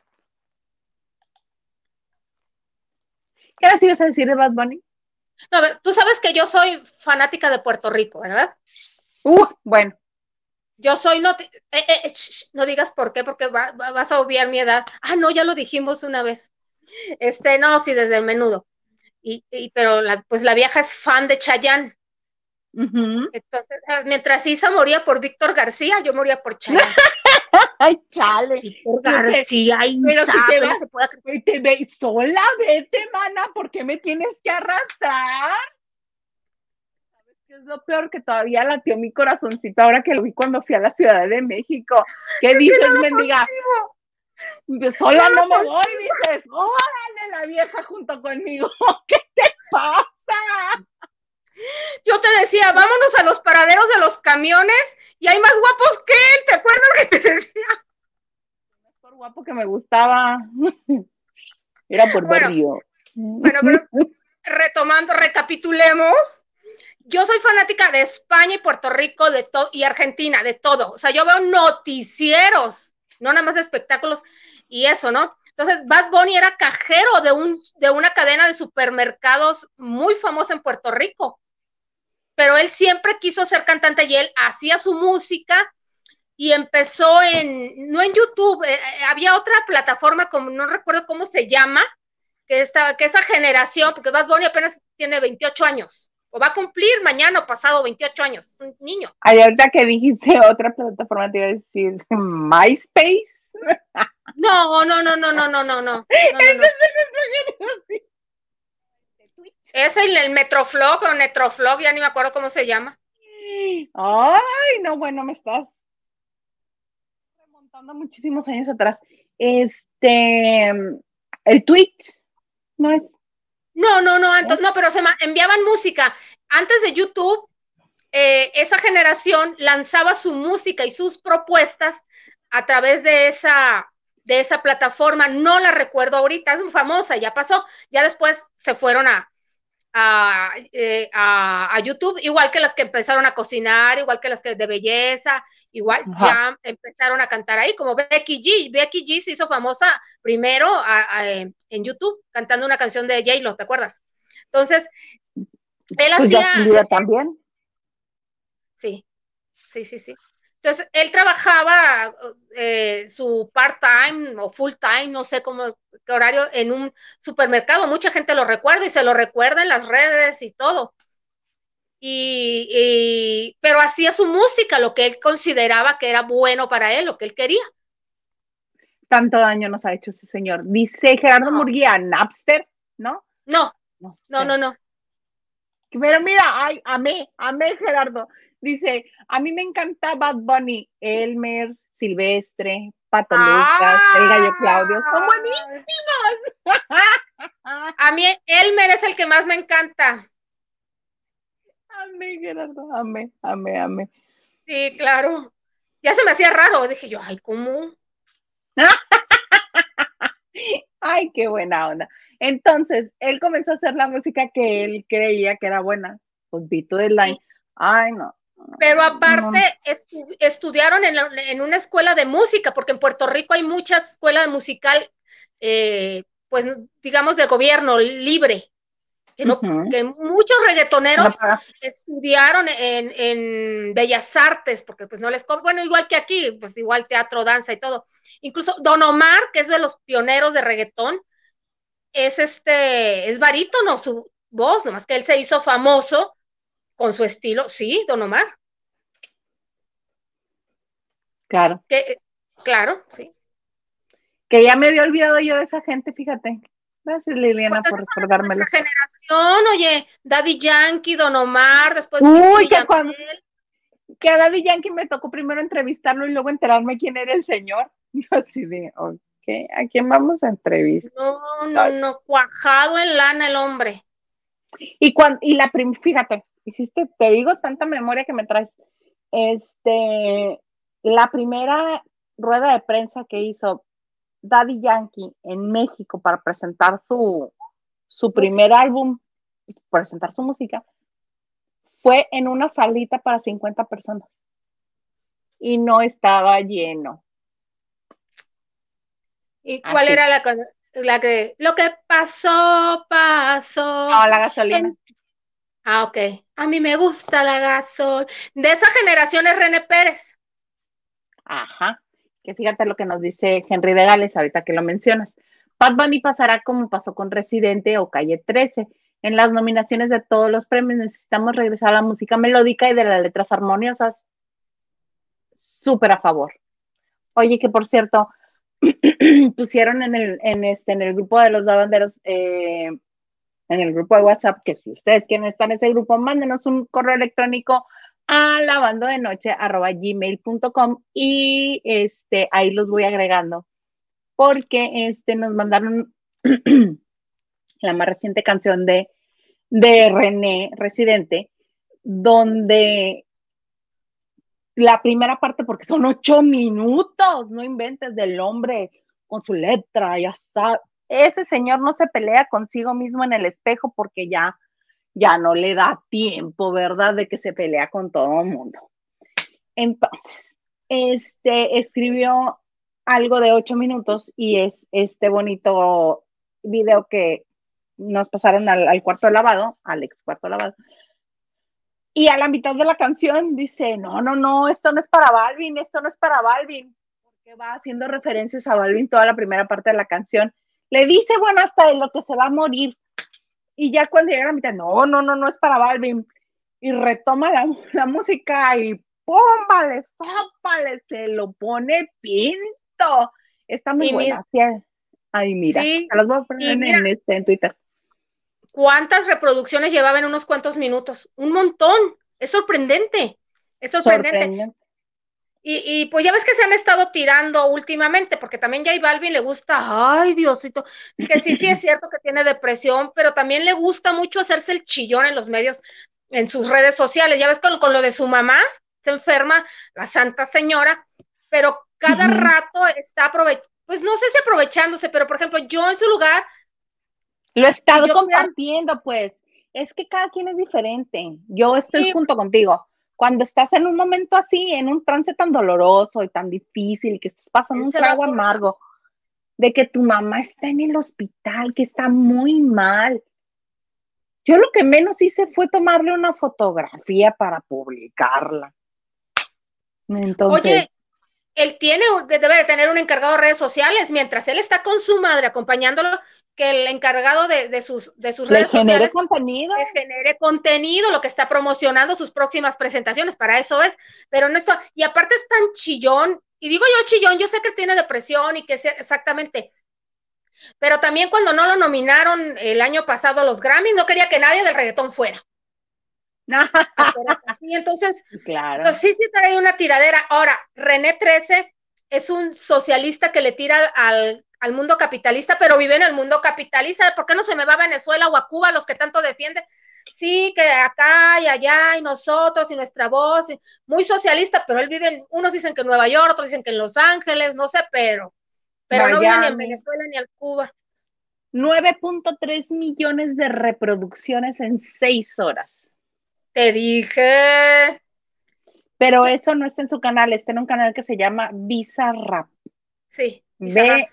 ¿Qué les ibas a decir de Bad Bunny? No, a ver, tú sabes que yo soy fanática de Puerto Rico, ¿verdad? Bueno. Yo soy, no digas por qué, porque vas a obviar mi edad. No, ya lo dijimos una vez. No, sí, desde el menudo. Pero la vieja es fan de Chayanne. Uh-huh. Entonces, mientras Isa moría por Víctor García, yo moría por Chayanne. Ay, chale. Víctor García, pero Isa, si te vas, te ves sola, vete, mana, ¿por qué me tienes que arrastrar? ¿Sabes qué es lo peor? Que todavía latió mi corazoncito ahora que lo vi cuando fui a la Ciudad de México. ¿Qué dices, mendiga? Sola no me voy, dices. Órale, la vieja junto conmigo. ¿Qué te pasa? Yo te decía, vámonos a los paraderos de los camiones y hay más guapos que él, ¿te acuerdas que te decía? El mejor guapo que me gustaba era por barrio. Bueno, pero recapitulemos. Yo soy fanática de España y Puerto Rico y Argentina, de todo. O sea, yo veo noticieros, no nada más de espectáculos y eso, ¿no? Entonces, Bad Bunny era cajero de una cadena de supermercados muy famosa en Puerto Rico. Pero él siempre quiso ser cantante y él hacía su música y empezó no en YouTube, había otra plataforma, como no recuerdo cómo se llama, que esa generación, porque Bad Bunny apenas tiene 28 años, o va a cumplir mañana o pasado 28 años, un niño. Ay, ahorita que dijiste otra plataforma te iba a decir MySpace. No. Es el Metroflog o Netroflog, ya ni me acuerdo cómo se llama. Ay, no, bueno, me estás remontando muchísimos años atrás. El Twitch, ¿no es? No, entonces, no, pero enviaban música. Antes de YouTube, esa generación lanzaba su música y sus propuestas a través de esa de esa plataforma, no la recuerdo ahorita, es muy famosa, ya pasó, ya después se fueron a YouTube, igual que las que empezaron a cocinar, igual que las que de belleza, igual Ajá. ya empezaron a cantar ahí, como Becky G. Becky G se hizo famosa primero en YouTube, cantando una canción de J-Lo, ¿te acuerdas? Entonces, él Pues hacía, Justin Bieber también. sí, sí, sí, sí. Entonces, él trabajaba su part-time o full-time, no sé cómo, qué horario, en un supermercado. Mucha gente lo recuerda y se lo recuerda en las redes y todo. Pero hacía su música, lo que él consideraba que era bueno para él, lo que él quería. Tanto daño nos ha hecho ese señor. Dice Gerardo No, Murguía, Napster, ¿no? no, No no, sé. no, no. Pero mira, ay, amé Gerardo. Dice, a mí me encanta Bad Bunny, Elmer, Silvestre, Pato Lucas, el Gallo Claudio, son ¡Ah! buenísimos. A mí Elmer es el que más me encanta. Amé, Gerardo, amé. Sí, claro. Ya se me hacía raro, dije yo, ay, ¿cómo? Ay, qué buena onda. Entonces, él comenzó a hacer la música que él creía que era buena, pues Vito de Line. Sí, Ay, no, pero aparte no. estudiaron en una escuela de música, porque en Puerto Rico hay mucha escuela musical, pues digamos de gobierno libre, que no, Uh-huh. que muchos No reggaetoneros paga. estudiaron en Bellas Artes, porque pues no les bueno, igual que aquí, pues igual teatro, danza y todo. Incluso Don Omar, que es de los pioneros de reggaetón, es barítono su voz, nomás que él se hizo famoso con su estilo, sí, Don Omar, Claro. que claro, sí. Que ya me había olvidado yo de esa gente, fíjate. Gracias, Pues Liliana, por esas son de nuestra recordármelo. generación, oye, Daddy Yankee, Don Omar, después Wisin Uy, y Yandel. que a Daddy Yankee me tocó primero entrevistarlo y luego enterarme quién era el señor. Yo así de, ok, ¿a quién vamos a entrevistar? No, no, no, cuajado en lana el hombre. Fíjate, te digo tanta memoria que me traes. La primera rueda de prensa que hizo Daddy Yankee en México para presentar su primer Música. álbum, presentar su música, fue en una salita para 50 personas y no estaba lleno. ¿Y cuál Así. era la que lo que pasó, pasó? No, la gasolina. Ok. A mí me gusta la gasol. De esa generación es René Pérez. Ajá. Que fíjate lo que nos dice Henry de Gales ahorita que lo mencionas. Bad Bunny pasará como pasó con Residente o Calle 13. En las nominaciones de todos los premios necesitamos regresar a la música melódica y de las letras armoniosas. Súper a favor. Oye, que por cierto, pusieron en el grupo de los lavanderos, en el grupo de WhatsApp, que si ustedes quieren estar en ese grupo, mándenos un correo electrónico a lavandodenoche@gmail.com y ahí los voy agregando porque nos mandaron la más reciente canción de René Residente, donde la primera parte, porque son 8 minutos, no inventes del hombre con su letra, ya está. Ese señor no se pelea consigo mismo en el espejo porque ya no le da tiempo, ¿verdad? De que se pelea con todo el mundo. Entonces, escribió algo de 8 minutos y es este bonito video que nos pasaron al cuarto de lavado, al ex cuarto de lavado. Y a la mitad de la canción dice, no, esto no es para Balvin, porque va haciendo referencias a Balvin toda la primera parte de la canción. Le dice, bueno, hasta de lo que se va a morir. Y ya cuando llega a la mitad, no es para Balvin. Y retoma la música y ¡pum! Vale, sópale, se lo pone pinto. Está muy Y mira, buena. Sí, ay, mira, sí, se las voy a y poner mira, en Twitter. ¿cuántas reproducciones llevaba en unos cuantos minutos? Un montón. Es sorprendente. Es sorprendente. Sorprendente. Y pues ya ves que se han estado tirando últimamente, porque también ya a Balvin le gusta, ay Diosito, que sí, sí es cierto que tiene depresión, pero también le gusta mucho hacerse el chillón en los medios, en sus redes sociales. Ya ves con lo de su mamá, se enferma, la santa señora, pero cada rato está pues no sé si aprovechándose, pero por ejemplo, yo en su lugar. Lo he estado compartiendo, pues. Es que cada quien es diferente. Yo estoy junto contigo. Cuando estás en un momento así, en un trance tan doloroso y tan difícil, que estás pasando un trago amargo, de que tu mamá está en el hospital, que está muy mal. Yo lo que menos hice fue tomarle una fotografía para publicarla. Entonces, oye, él debe de tener un encargado de redes sociales, mientras él está con su madre acompañándolo, que el encargado de sus redes sociales le genere contenido, lo que está promocionando sus próximas presentaciones, para eso es, pero no esto, y aparte es tan chillón, y digo yo chillón, yo sé que tiene depresión y que sea exactamente, pero también cuando no lo nominaron el año pasado a los Grammys, no quería que nadie del reggaetón fuera. Sí, entonces, claro. Entonces sí trae una tiradera. Ahora, René 13 es un socialista que le tira al mundo capitalista, pero vive en el mundo capitalista. ¿Por qué no se me va a Venezuela o a Cuba, los que tanto defienden? Sí, que acá y allá, y nosotros, y nuestra voz, y muy socialista, pero él vive unos dicen que en Nueva York, otros dicen que en Los Ángeles, no sé, pero no vive ni en Venezuela ni en Cuba. 9.3 millones de reproducciones en 6 horas. Te dije. Pero eso no está en su canal, está en un canal que se llama Bizarrap. Sí, Bizarrap.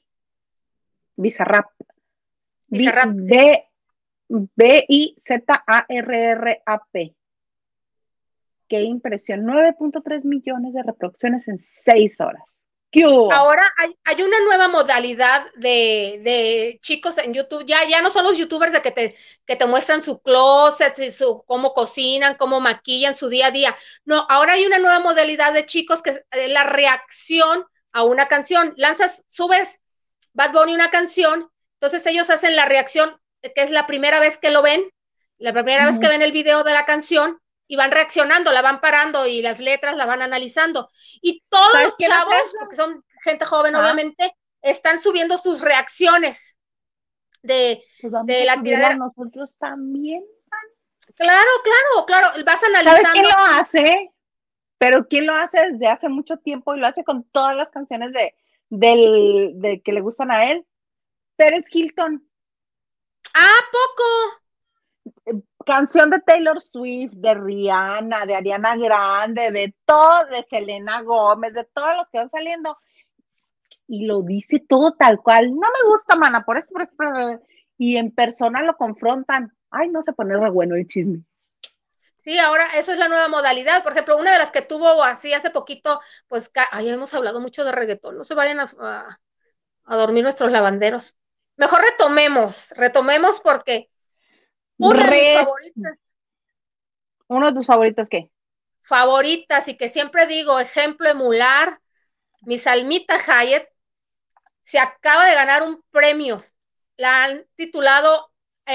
Bizarrap. Qué impresión. 9.3 millones de reproducciones en 6 horas. ¿Qué hubo? Ahora hay una nueva modalidad de chicos en YouTube, ya no son los youtubers de que te muestran su closet, y cómo cocinan, cómo maquillan su día a día. No, ahora hay una nueva modalidad de chicos que la reacción a una canción. Subes Bad Bunny una canción, entonces ellos hacen la reacción, que es la primera vez que lo ven, la primera vez que ven el video de la canción, y van reaccionando, la van parando y las letras la van analizando. Y todos los chavos, porque son gente joven, obviamente, están subiendo sus reacciones de la tiradera. Nosotros también. Claro, vas analizando. ¿Sabes quién lo hace? Pero quién lo hace desde hace mucho tiempo y lo hace con todas las canciones de que le gustan a él. Pérez Hilton. ¿A poco? Canción de Taylor Swift, de Rihanna, de Ariana Grande, de todo, de Selena Gómez, de todos los que van saliendo. Y lo dice todo tal cual. No me gusta, mana, por eso. Y en persona lo confrontan. Ay, no se pone re bueno el chisme. Sí, ahora eso es la nueva modalidad. Por ejemplo, una de las que tuvo así hace poquito, pues, hemos hablado mucho de reggaetón. No se vayan a dormir nuestros lavanderos. Mejor retomemos porque una de mis favoritas. ¿Uno de tus favoritos qué? Favoritas y que siempre digo, ejemplo emular, mi Salmita Hayek se acaba de ganar un premio. La han titulado,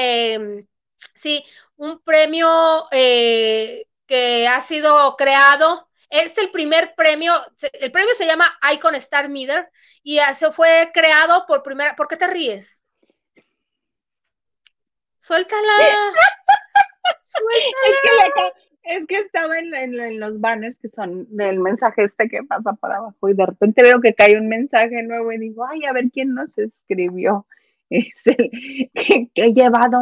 un premio que ha sido creado. Es el primer premio, el premio se llama Icon Star Meter y se fue creado por primera. ¿Por qué te ríes? Suéltala. Es que estaba en los banners que son del mensaje que pasa para abajo y de repente veo que cae un mensaje nuevo y digo, ay, a ver quién nos escribió. Es el que he llevado.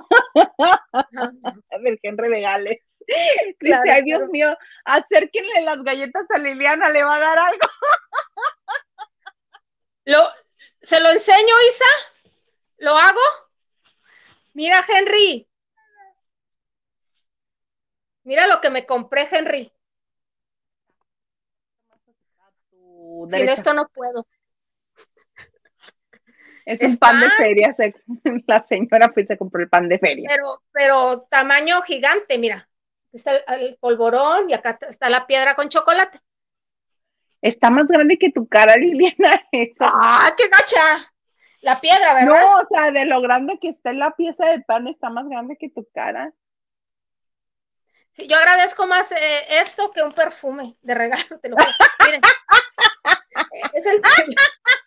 A ver, Henry Regales. Dice, ay, Dios mío, acérquenle las galletas a Liliana, le va a dar algo. ¿Se lo enseño, Isa? ¿Lo hago? Mira, Henry. Mira lo que me compré, Henry. Sin esto no puedo. Es un pan de feria. La señora pues se compró el pan de feria. Pero tamaño gigante, mira. Está el polvorón y acá está la piedra con chocolate. Está más grande que tu cara, Liliana. Eso. ¡Ah, qué gacha! La piedra, ¿verdad? No, o sea, de lo grande que está la pieza de pan, está más grande que tu cara. Sí, yo agradezco más esto que un perfume de regalo, te lo juro. Miren. Es el sueño.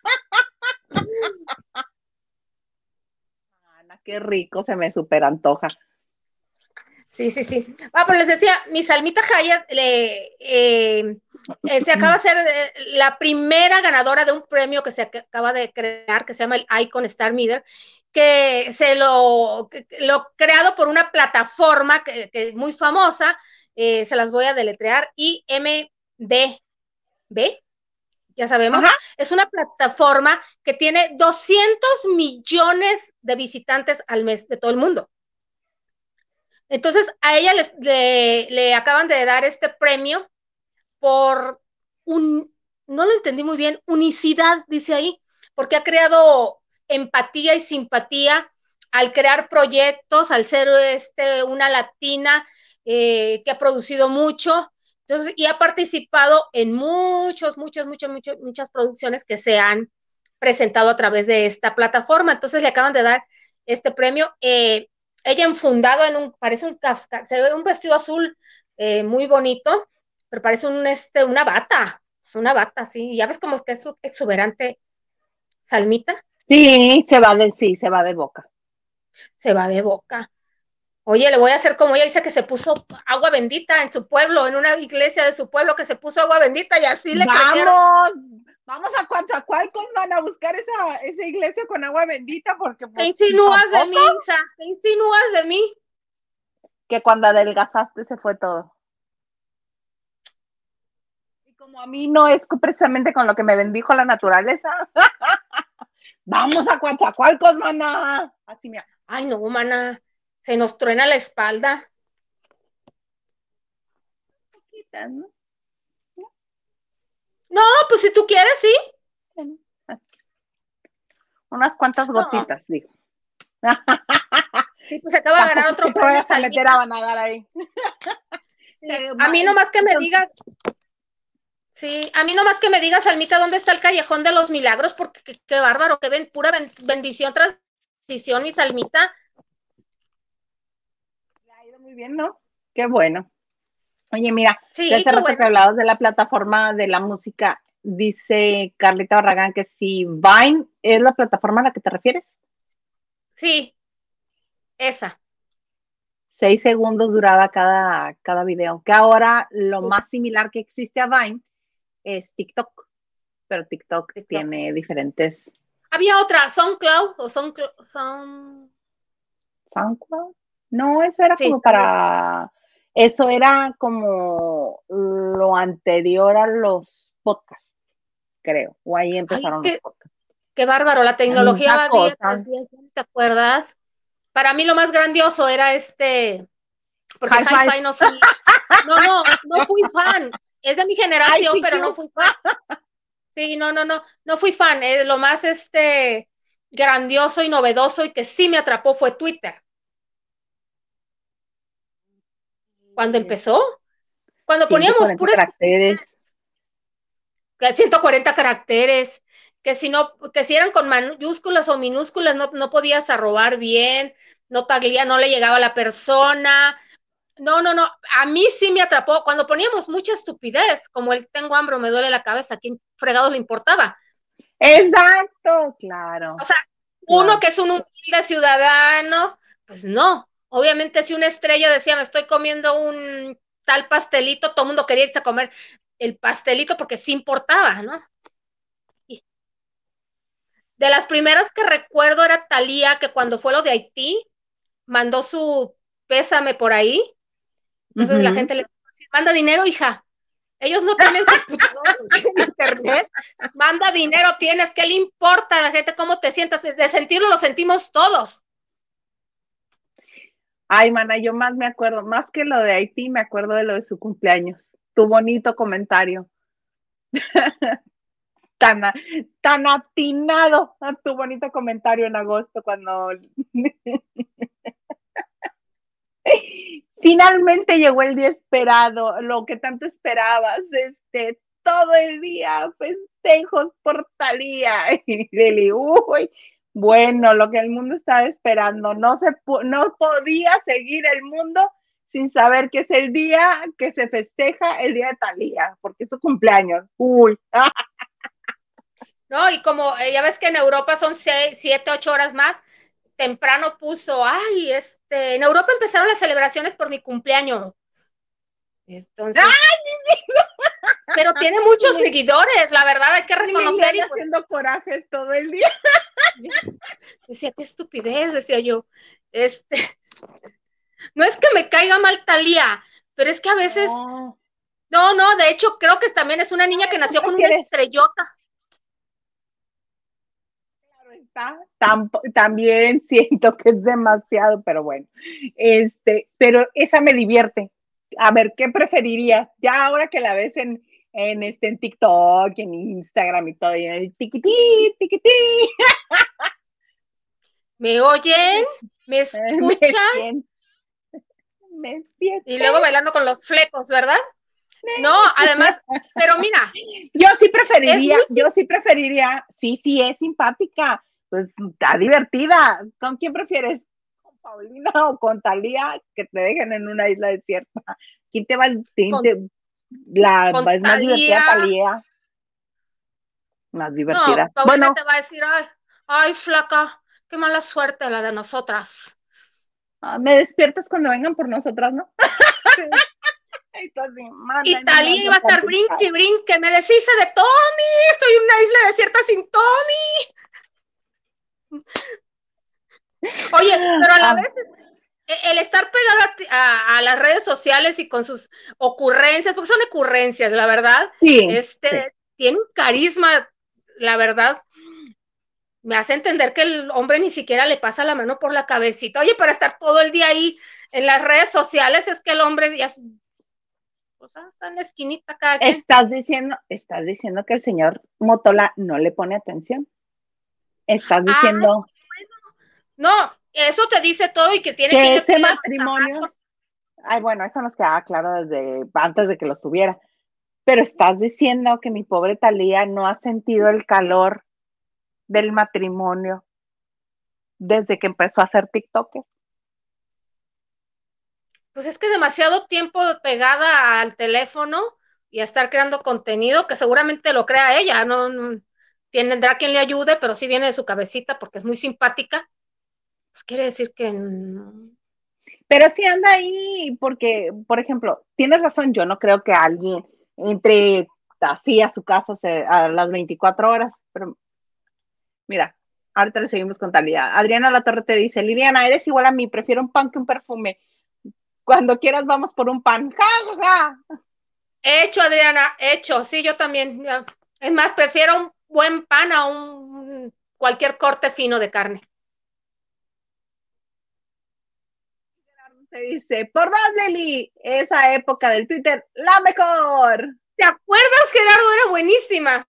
Ana, qué rico, se me súper antoja. Sí. Pues les decía, mi Salmita Hayek Se acaba de ser la primera ganadora de un premio que se acaba de crear, que se llama el Icon Star Meter, que lo creado por una plataforma que es muy famosa, se las voy a deletrear, IMDb, ya sabemos, Ajá. es una plataforma que tiene 200 millones de visitantes al mes de todo el mundo. Entonces, a ella le acaban de dar este premio por no lo entendí muy bien, unicidad, dice ahí, porque ha creado empatía y simpatía al crear proyectos, al ser una latina que ha producido mucho, entonces, y ha participado en muchas producciones que se han presentado a través de esta plataforma, entonces le acaban de dar este premio, ella enfundado parece un Kafka, se ve un vestido azul muy bonito, pero parece una bata, es una bata, sí, ya ves como que es exuberante, Salmita. Sí, se va de boca. Se va de boca. Oye, le voy a hacer como ella dice que se puso agua bendita en su pueblo, en una iglesia de su pueblo que se puso agua bendita y así le crecieron. Vamos a Coatzacoalcos, van a buscar esa iglesia con agua bendita porque ¿Qué pues insinúas de tampoco. mí, Isa? ¿Qué insinúas de mí? Que cuando adelgazaste se fue todo. Y como a mí no es precisamente con lo que me bendijo la naturaleza, vamos a Coatzacoalcos, mana. Así mira. Ay, no, mana, se nos truena la espalda. ¿No? No, pues si tú quieres, sí. Unas cuantas gotitas, no. Digo. Sí, pues se acaba de ganar otro premio. Te a meter a nadar ahí. Sí, a mí nomás que me digas. Sí, a mí nomás que me digas, Almita, ¿dónde está el Callejón de los Milagros? Porque qué bárbaro, qué pura bendición tras bendición, mi Salmita. Le ha ido muy bien, ¿no? Qué bueno. Oye, mira, sí, de hace rato que hablabas de la plataforma de la música, dice Carlita Barragán que si Vine es la plataforma a la que te refieres. Sí, esa. 6 segundos duraba cada video, que ahora lo más similar que existe a Vine es TikTok, pero TikTok tiene diferentes. Había otra, SoundCloud o SoundCloud. No, eso era como para. Eso era como lo anterior a los podcasts, creo. O ahí empezaron los podcasts. Qué bárbaro, la tecnología va 10, ¿te acuerdas? Para mí lo más grandioso era porque Hi-Fi no fui. No fui fan. Es de mi generación, pero no fui fan. Sí, no fui fan. Lo más grandioso y novedoso y que sí me atrapó fue Twitter. Cuando empezó, cuando poníamos puras caracteres. 140 caracteres, que si eran con mayúsculas o minúsculas no podías arrobar bien, no le llegaba a la persona. No, a mí sí me atrapó. Cuando poníamos mucha estupidez, como el tengo hambre o me duele la cabeza, ¿a quién fregados le importaba? Exacto, claro. O sea, uno que es un humilde ciudadano, pues no. Obviamente si una estrella decía, me estoy comiendo un tal pastelito, todo el mundo quería irse a comer el pastelito porque sí importaba, ¿no? Y de las primeras que recuerdo era Thalía, que cuando fue lo de Haití, mandó su pésame por ahí. Entonces la gente le dijo, manda dinero, hija. Ellos no tienen computadora, no tienen internet. Manda dinero, tienes. ¿Qué le importa a la gente cómo te sientas? De sentirlo, lo sentimos todos. Ay, mana, yo más me acuerdo, más que lo de Haití, me acuerdo de lo de su cumpleaños. Tu bonito comentario. tan atinado a tu bonito comentario en agosto cuando finalmente llegó el día esperado, lo que tanto esperabas, todo el día, festejos por Thalía. Y Lili, uy, bueno, lo que el mundo estaba esperando, no podía seguir el mundo sin saber que es el día que se festeja el día de Thalía, porque es su cumpleaños. Uy. No, y como ya ves que en Europa son 7, 8 horas más, temprano puso, ay, en Europa empezaron las celebraciones por mi cumpleaños. Entonces, pero tiene muchos seguidores, la verdad hay que reconocer. Y pues, haciendo corajes todo el día. Decía, qué estupidez, decía yo. No es que me caiga mal Thalía, pero es que a veces, no, de hecho creo que también es una niña que nació con una estrellota. Claro está, también siento que es demasiado, pero bueno, pero esa me divierte. A ver, ¿qué preferirías? Ya ahora que la ves en TikTok, en Instagram y todo, y en el tiquití, tiquití. ¿Me oyen? ¿Me escuchan? Me siento. Y luego bailando con los flecos, ¿verdad? No, además, pero mira. Yo sí preferiría, sí, es simpática, pues está divertida. ¿Con quién prefieres? ¿Con Paulina o con Thalía? Que te dejen en una isla desierta. ¿Quién te va a es más divertida Thalía? Más divertida. No, Paulina te va a decir, ay, flaca, qué mala suerte la de nosotras. Me despiertas cuando vengan por nosotras, ¿no? Sí. Y Thalía iba a estar brinque, me deshice de Tommy, estoy en una isla desierta sin Tommy. Oye, pero a la vez el estar pegada a las redes sociales y con sus ocurrencias, porque son ocurrencias, la verdad, sí. Tiene un carisma, la verdad, me hace entender que el hombre ni siquiera le pasa la mano por la cabecita. Oye, para estar todo el día ahí en las redes sociales, es que el hombre ya pues, está en la esquinita cada quien. Estás diciendo que el señor Motola no le pone atención. Estás diciendo. No, eso te dice todo y que tiene que ese matrimonio. Ay, bueno, eso nos quedaba claro desde antes de que los tuviera. Pero estás diciendo que mi pobre Thalía no ha sentido el calor del matrimonio desde que empezó a hacer TikTok. Pues es que demasiado tiempo pegada al teléfono y a estar creando contenido que seguramente lo crea ella, no tendrá quien le ayude, pero sí viene de su cabecita porque es muy simpática. Pues quiere decir que no. Pero sí anda ahí porque, por ejemplo, tienes razón, yo no creo que alguien entre así a su casa a las 24 horas, pero mira, ahorita le seguimos con Thalía. Adriana Latorre te dice, Liliana, eres igual a mí, prefiero un pan que un perfume. Cuando quieras vamos por un pan. ¡Ja, ja, ja! Hecho, Adriana, hecho, sí, yo también. Es más, prefiero un buen pan a cualquier corte fino de carne. Se dice, por dos, Lili, esa época del Twitter, la mejor. ¿Te acuerdas, Gerardo? Era buenísima.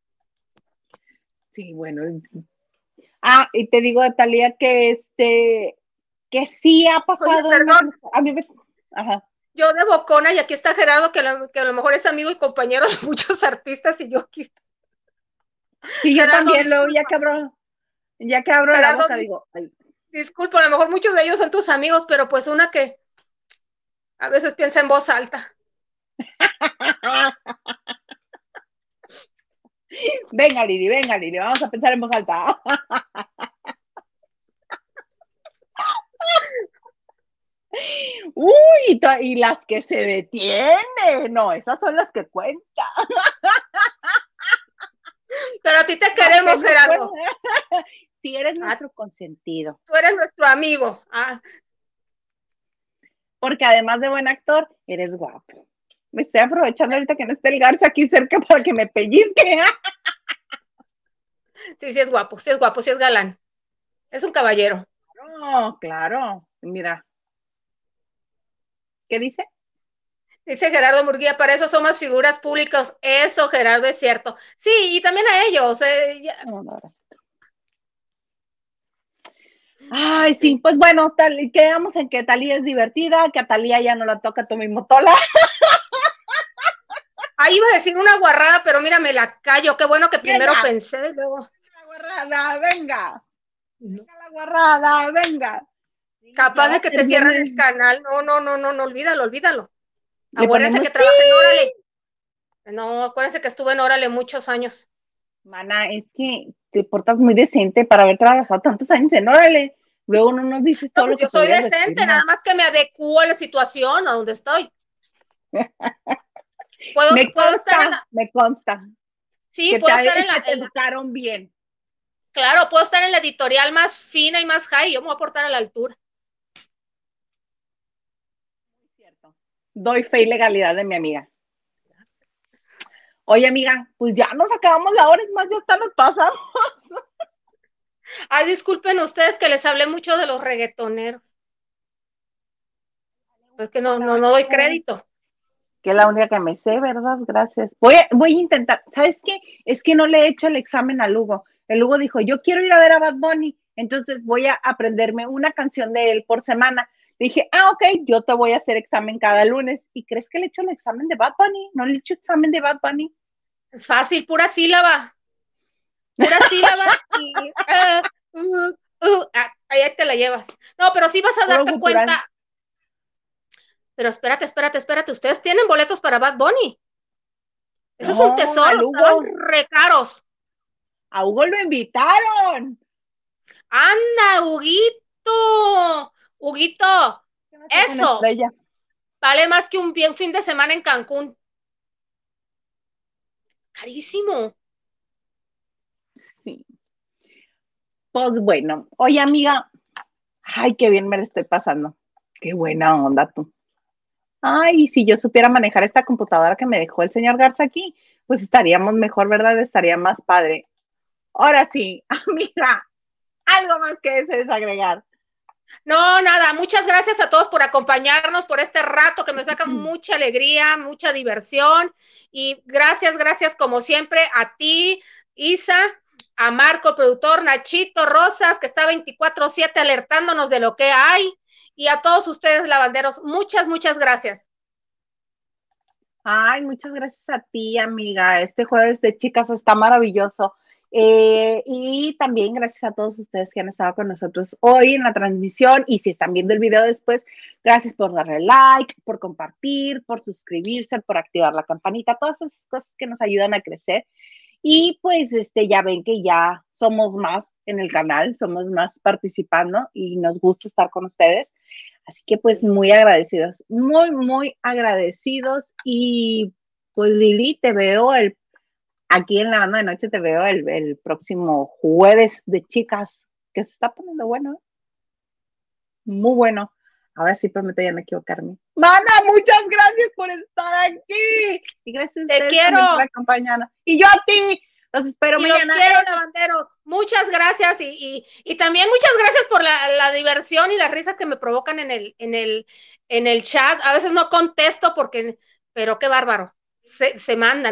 Sí, bueno. Y te digo, Thalía, que que sí ha pasado. Oye, perdón. A mí ajá. Yo de bocona, y aquí está Gerardo, que a lo mejor es amigo y compañero de muchos artistas, y yo aquí. Sí, yo Gerardo, también, luego ya que abro Gerardo, la boca, digo, ay. Disculpa, a lo mejor muchos de ellos son tus amigos, pero pues una que a veces piensa en voz alta. Venga, Lili, vamos a pensar en voz alta. Uy, y las que se detienen, no, esas son las que cuentan. Pero a ti te queremos, Gerardo. Si eres nuestro consentido. Tú eres nuestro amigo. Porque además de buen actor, eres guapo. Me estoy aprovechando ahorita que no esté el Garza aquí cerca para que me pellizque. Sí, sí es guapo, sí es galán. Es un caballero. No, claro. Mira. ¿Qué dice? Dice Gerardo Murguía, para eso somos figuras públicas. Eso, Gerardo, es cierto. Sí, y también a ellos. Ay, sí, pues bueno, quedamos en que Thalía es divertida, que a Thalía ya no la toca Tommy Motola. Ahí iba a decir una guarrada, pero mira, me la callo. Qué bueno que primero pensé, luego. La guarrada, venga. La guarrada, venga. Capaz de que te cierren el canal. No, olvídalo. Acuérdense que trabajé en Órale. No, acuérdense que estuve en Órale muchos años. Mana, es que te portas muy decente para haber trabajado tantos años en Órale. Luego no nos dices todo lo que yo soy decente, decir, nada más que me adecuo a la situación, a donde estoy. ¿Puedo consta, estar en la... Me consta. Sí, que puedo te, estar en que te la... educaron bien. Claro, puedo estar en la editorial más fina y más high, yo me voy a portar a la altura. Muy cierto. Doy fe y legalidad de mi amiga. Oye, amiga, pues ya nos acabamos la hora, es más, ya hasta nos pasamos. Ay, disculpen ustedes que les hablé mucho de los reggaetoneros. Es que no doy crédito. Que es la única que me sé, ¿verdad? Gracias. Voy a intentar. ¿Sabes qué? Es que no le he hecho el examen al Hugo. El Hugo dijo, yo quiero ir a ver a Bad Bunny, entonces voy a aprenderme una canción de él por semana. Dije, ok, yo te voy a hacer examen cada lunes. ¿Y crees que le he hecho el examen de Bad Bunny? ¿No le he hecho examen de Bad Bunny? Es fácil, pura sílaba. Pura sílaba y... ahí te la llevas. No, pero sí vas a Puro darte gutural. cuenta. Pero espérate. Ustedes tienen boletos para Bad Bunny. Eso es un tesoro, estaban re caros. A Hugo lo invitaron. Anda, Huguito. Huguito, eso vale más que un bien fin de semana en Cancún. Carísimo. Sí. Pues bueno, oye amiga, ay, qué bien me la estoy pasando. Qué buena onda tú. Ay, si yo supiera manejar esta computadora que me dejó el señor Garza aquí, pues estaríamos mejor, ¿verdad? Estaría más padre. Ahora sí, amiga, algo más que desees agregar. No, nada, muchas gracias a todos por acompañarnos por este rato que me saca mucha alegría, mucha diversión y gracias como siempre a ti, Isa, a Marco, el productor, Nachito, Rosas, que está 24/7 alertándonos de lo que hay y a todos ustedes, lavanderos, muchas gracias. Ay, muchas gracias a ti, amiga. Este jueves de chicas está maravilloso. Y también gracias a todos ustedes que han estado con nosotros hoy en la transmisión y si están viendo el video después, gracias por darle like, por compartir, por suscribirse, por activar la campanita, todas esas cosas que nos ayudan a crecer. Y pues ya ven que ya somos más en el canal, somos más participando y nos gusta estar con ustedes. Así que pues muy agradecidos, muy agradecidos. Y pues Lili, te veo aquí en la banda de noche, te veo el próximo jueves de chicas, que se está poniendo bueno, ¿eh? Muy bueno. Ahora sí prometo ya no equivocarme. Mana, muchas gracias por estar aquí. Y gracias a ustedes también por acompañarnos. Y yo a ti. Los espero mañana. Los quiero, lavanderos. Muchas gracias y también muchas gracias por la diversión y las risas que me provocan en el chat. A veces no contesto pero qué bárbaro. Se mandan.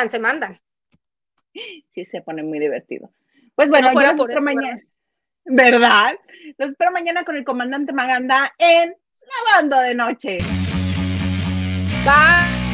Sí, se pone muy divertido. Pues bueno, yo los espero mañana. ¿Verdad? Los espero mañana con el comandante Maganda en Lavando de Noche. Bye.